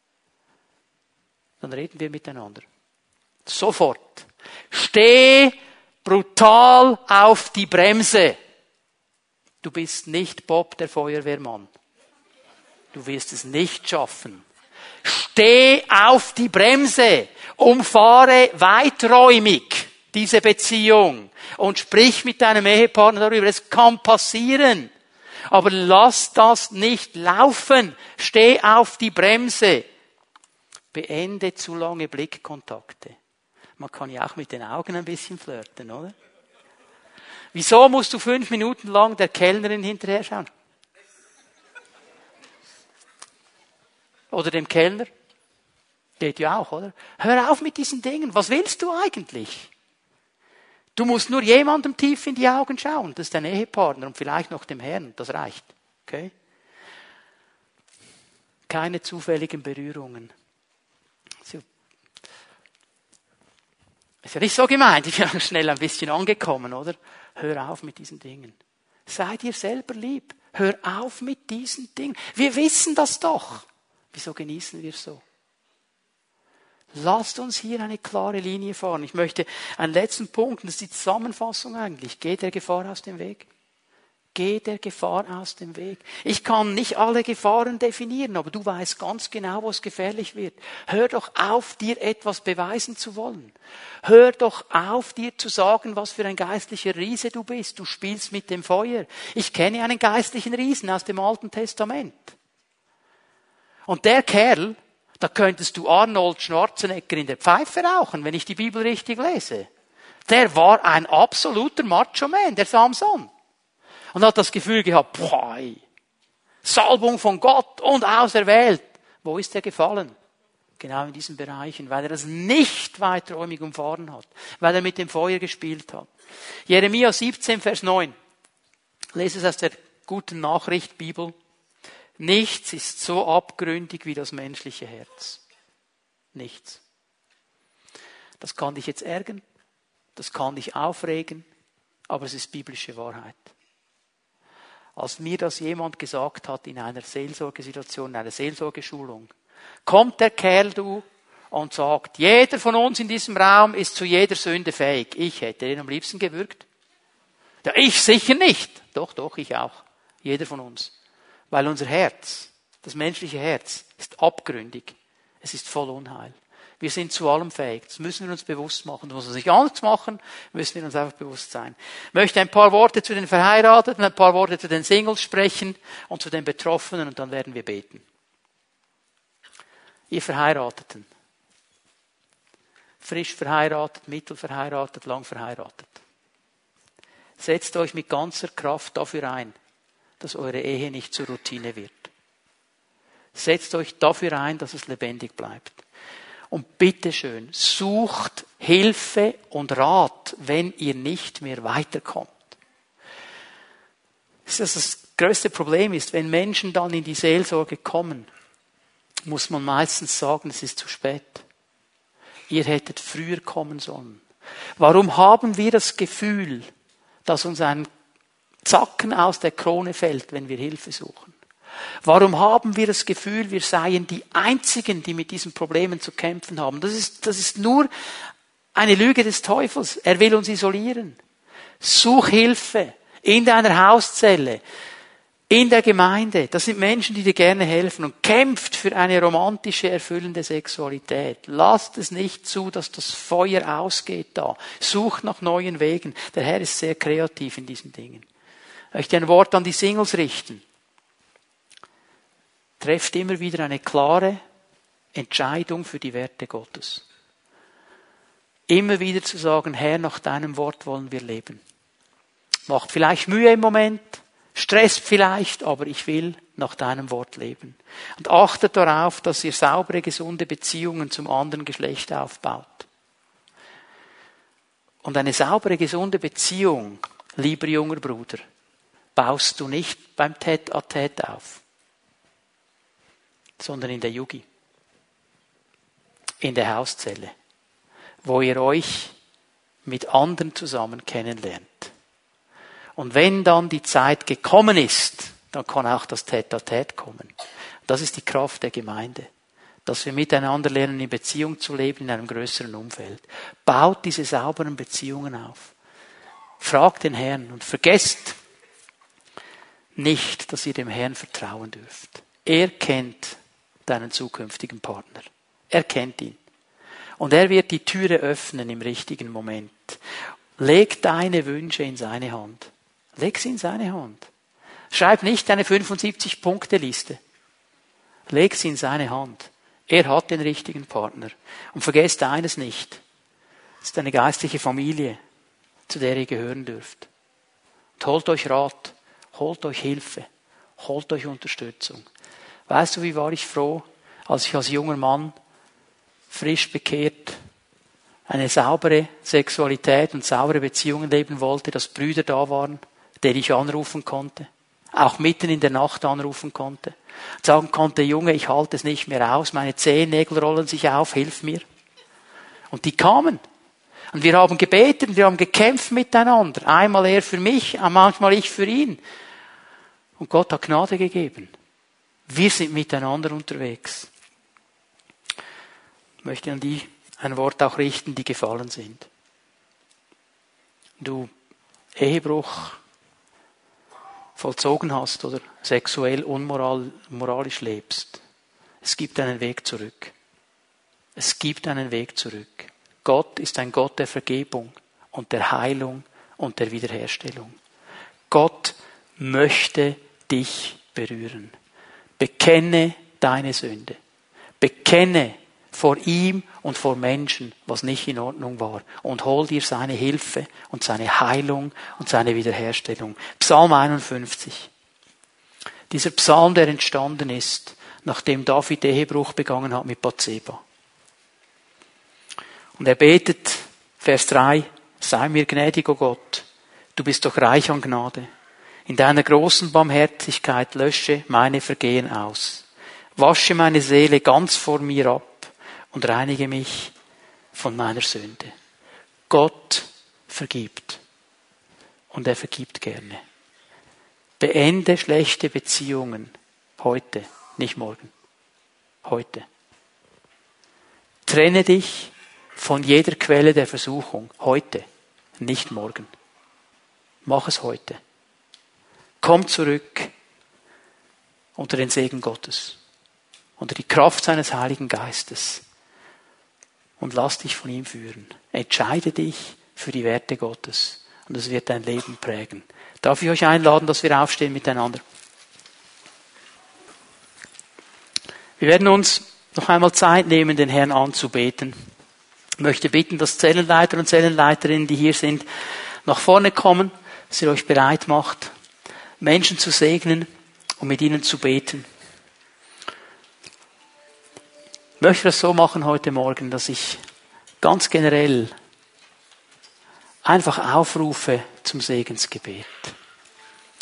dann reden wir miteinander. Sofort. Steh brutal auf die Bremse. Du bist nicht Bob, der Feuerwehrmann. Du wirst es nicht schaffen. Steh auf die Bremse, umfahre weiträumig diese Beziehung und sprich mit deinem Ehepartner darüber. Es kann passieren, aber lass das nicht laufen. Steh auf die Bremse. Beende zu lange Blickkontakte. Man kann ja auch mit den Augen ein bisschen flirten, oder? Wieso musst du fünf Minuten lang der Kellnerin hinterher schauen? Oder dem Kellner? Geht ja auch, oder? Hör auf mit diesen Dingen. Was willst du eigentlich? Du musst nur jemandem tief in die Augen schauen. Das ist dein Ehepartner und vielleicht noch dem Herrn. Das reicht. Okay? Keine zufälligen Berührungen. Ist ja nicht so gemeint. Ich bin schnell ein bisschen angekommen, oder? Hör auf mit diesen Dingen. Sei dir selber lieb. Hör auf mit diesen Dingen. Wir wissen das doch. Wieso genießen wir es so? Lasst uns hier eine klare Linie fahren. Ich möchte einen letzten Punkt, das ist die Zusammenfassung eigentlich. Geht der Gefahr aus dem Weg? Geht der Gefahr aus dem Weg? Ich kann nicht alle Gefahren definieren, aber du weißt ganz genau, wo es gefährlich wird. Hör doch auf, dir etwas beweisen zu wollen. Hör doch auf, dir zu sagen, was für ein geistlicher Riese du bist. Du spielst mit dem Feuer. Ich kenne einen geistlichen Riesen aus dem Alten Testament. Und der Kerl, da könntest du Arnold Schwarzenegger in der Pfeife rauchen, wenn ich die Bibel richtig lese. Der war ein absoluter Macho-Man, der Samson. Und hat das Gefühl gehabt, boah, Salbung von Gott und auserwählt. Wo ist er gefallen? Genau in diesen Bereichen, weil er das nicht weiträumig umfahren hat, weil er mit dem Feuer gespielt hat. Jeremia siebzehn, Vers neun. Lese es aus der Guten Nachricht Bibel. Nichts ist so abgründig wie das menschliche Herz. Nichts. Das kann dich jetzt ärgern, das kann dich aufregen, aber es ist biblische Wahrheit. Als mir das jemand gesagt hat in einer Seelsorgesituation, in einer Seelsorgeschulung, kommt der Kerl du und sagt, jeder von uns in diesem Raum ist zu jeder Sünde fähig. Ich hätte den am liebsten gewürgt. Ja, ich sicher nicht. Doch, doch, ich auch. Jeder von uns. Weil unser Herz, das menschliche Herz, ist abgründig. Es ist voll Unheil. Wir sind zu allem fähig. Das müssen wir uns bewusst machen. Das muss uns nicht Angst machen, müssen wir uns einfach bewusst sein. Ich möchte ein paar Worte zu den Verheirateten, ein paar Worte zu den Singles sprechen und zu den Betroffenen und dann werden wir beten. Ihr Verheirateten. Frisch verheiratet, mittelverheiratet, lang verheiratet. Setzt euch mit ganzer Kraft dafür ein, dass eure Ehe nicht zur Routine wird. Setzt euch dafür ein, dass es lebendig bleibt. Und bitteschön, sucht Hilfe und Rat, wenn ihr nicht mehr weiterkommt. Das größte Problem ist, wenn Menschen dann in die Seelsorge kommen, muss man meistens sagen, es ist zu spät. Ihr hättet früher kommen sollen. Warum haben wir das Gefühl, dass uns ein Zacken aus der Krone fällt, wenn wir Hilfe suchen? Warum haben wir das Gefühl, wir seien die Einzigen, die mit diesen Problemen zu kämpfen haben? Das ist, das ist nur eine Lüge des Teufels. Er will uns isolieren. Such Hilfe in deiner Hauszelle, in der Gemeinde. Das sind Menschen, die dir gerne helfen, und kämpft für eine romantische, erfüllende Sexualität. Lasst es nicht zu, dass das Feuer ausgeht da. Sucht nach neuen Wegen. Der Herr ist sehr kreativ in diesen Dingen. Ich möchte ein Wort an die Singles richten. Trefft immer wieder eine klare Entscheidung für die Werte Gottes. Immer wieder zu sagen, Herr, nach deinem Wort wollen wir leben. Macht vielleicht Mühe im Moment, stresst vielleicht, aber ich will nach deinem Wort leben. Und achtet darauf, dass ihr saubere, gesunde Beziehungen zum anderen Geschlecht aufbaut. Und eine saubere, gesunde Beziehung, lieber junger Bruder, baust du nicht beim Tête-à-Tête auf, sondern in der Yugi, in der Hauszelle, wo ihr euch mit anderen zusammen kennenlernt. Und wenn dann die Zeit gekommen ist, dann kann auch das Tête-à-Tête kommen. Das ist die Kraft der Gemeinde, dass wir miteinander lernen, in Beziehung zu leben, in einem größeren Umfeld. Baut diese sauberen Beziehungen auf. Fragt den Herrn und vergesst nicht, dass ihr dem Herrn vertrauen dürft. Er kennt deinen zukünftigen Partner. Er kennt ihn. Und er wird die Türe öffnen im richtigen Moment. Leg deine Wünsche in seine Hand. Leg sie in seine Hand. Schreib nicht deine fünfundsiebzig-Punkte-Liste. Leg sie in seine Hand. Er hat den richtigen Partner. Und vergesst eines nicht. Es ist eine geistliche Familie, zu der ihr gehören dürft. Und holt euch Rat. Holt euch Hilfe. Holt euch Unterstützung. Weißt du, wie war ich froh, als ich als junger Mann, frisch bekehrt, eine saubere Sexualität und saubere Beziehungen leben wollte, dass Brüder da waren, die ich anrufen konnte, auch mitten in der Nacht anrufen konnte, sagen konnte, Junge, ich halte es nicht mehr aus, meine Zehennägel rollen sich auf, hilf mir. Und die kamen. Und wir haben gebetet, wir haben gekämpft miteinander. Einmal er für mich, manchmal ich für ihn. Und Gott hat Gnade gegeben. Wir sind miteinander unterwegs. Ich möchte an die ein Wort auch richten, die gefallen sind. Du Ehebruch vollzogen hast oder sexuell unmoralisch lebst. Es gibt einen Weg zurück. Es gibt einen Weg zurück. Gott ist ein Gott der Vergebung und der Heilung und der Wiederherstellung. Gott möchte dich berühren. Bekenne deine Sünde. Bekenne vor ihm und vor Menschen, was nicht in Ordnung war. Und hol dir seine Hilfe und seine Heilung und seine Wiederherstellung. Psalm einundfünfzig. Dieser Psalm, der entstanden ist, nachdem David Ehebruch begangen hat mit Bathseba. Und er betet, Vers drei, sei mir gnädig, o Gott, du bist doch reich an Gnade. In deiner großen Barmherzigkeit lösche meine Vergehen aus. Wasche meine Seele ganz vor mir ab und reinige mich von meiner Sünde. Gott vergibt. Und er vergibt gerne. Beende schlechte Beziehungen heute, nicht morgen. Heute. Trenne dich von jeder Quelle der Versuchung heute, nicht morgen. Mach es heute. Komm zurück unter den Segen Gottes, unter die Kraft seines Heiligen Geistes und lass dich von ihm führen. Entscheide dich für die Werte Gottes und es wird dein Leben prägen. Darf ich euch einladen, dass wir aufstehen miteinander? Wir werden uns noch einmal Zeit nehmen, den Herrn anzubeten. Ich möchte bitten, dass Zellenleiter und Zellenleiterinnen, die hier sind, nach vorne kommen, dass ihr euch bereit macht, Menschen zu segnen und mit ihnen zu beten. Ich möchte das so machen heute Morgen, dass ich ganz generell einfach aufrufe zum Segensgebet.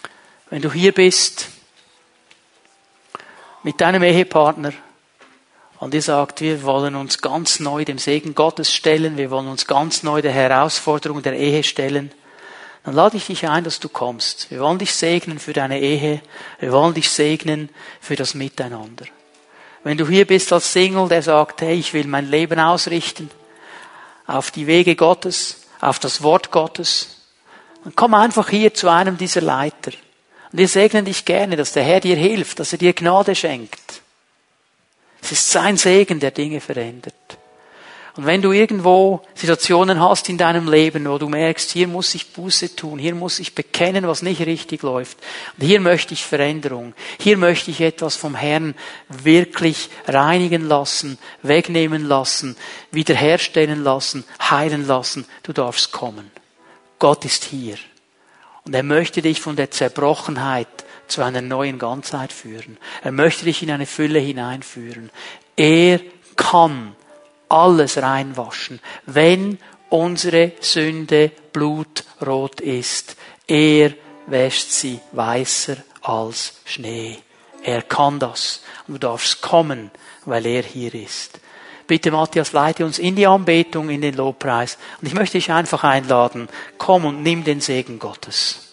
Wenn du hier bist mit deinem Ehepartner Und ihr sagt, wir wollen uns ganz neu dem Segen Gottes stellen, wir wollen uns ganz neu der Herausforderung der Ehe stellen, dann lade ich dich ein, dass du kommst. Wir wollen dich segnen für deine Ehe, wir wollen dich segnen für das Miteinander. Wenn du hier bist als Single, der sagt, hey, ich will mein Leben ausrichten auf die Wege Gottes, auf das Wort Gottes, dann komm einfach hier zu einem dieser Leiter. Und wir segnen dich gerne, dass der Herr dir hilft, dass er dir Gnade schenkt. Es ist sein Segen, der Dinge verändert. Und wenn du irgendwo Situationen hast in deinem Leben, wo du merkst, hier muss ich Buße tun, hier muss ich bekennen, was nicht richtig läuft, und hier möchte ich Veränderung, hier möchte ich etwas vom Herrn wirklich reinigen lassen, wegnehmen lassen, wiederherstellen lassen, heilen lassen, du darfst kommen. Gott ist hier. Und er möchte dich von der Zerbrochenheit zu einer neuen Ganzheit führen. Er möchte dich in eine Fülle hineinführen. Er kann alles reinwaschen, wenn unsere Sünde blutrot ist. Er wäscht sie weißer als Schnee. Er kann das. Und du darfst kommen, weil er hier ist. Bitte, Matthias, leite uns in die Anbetung, in den Lobpreis. Und ich möchte dich einfach einladen, komm und nimm den Segen Gottes.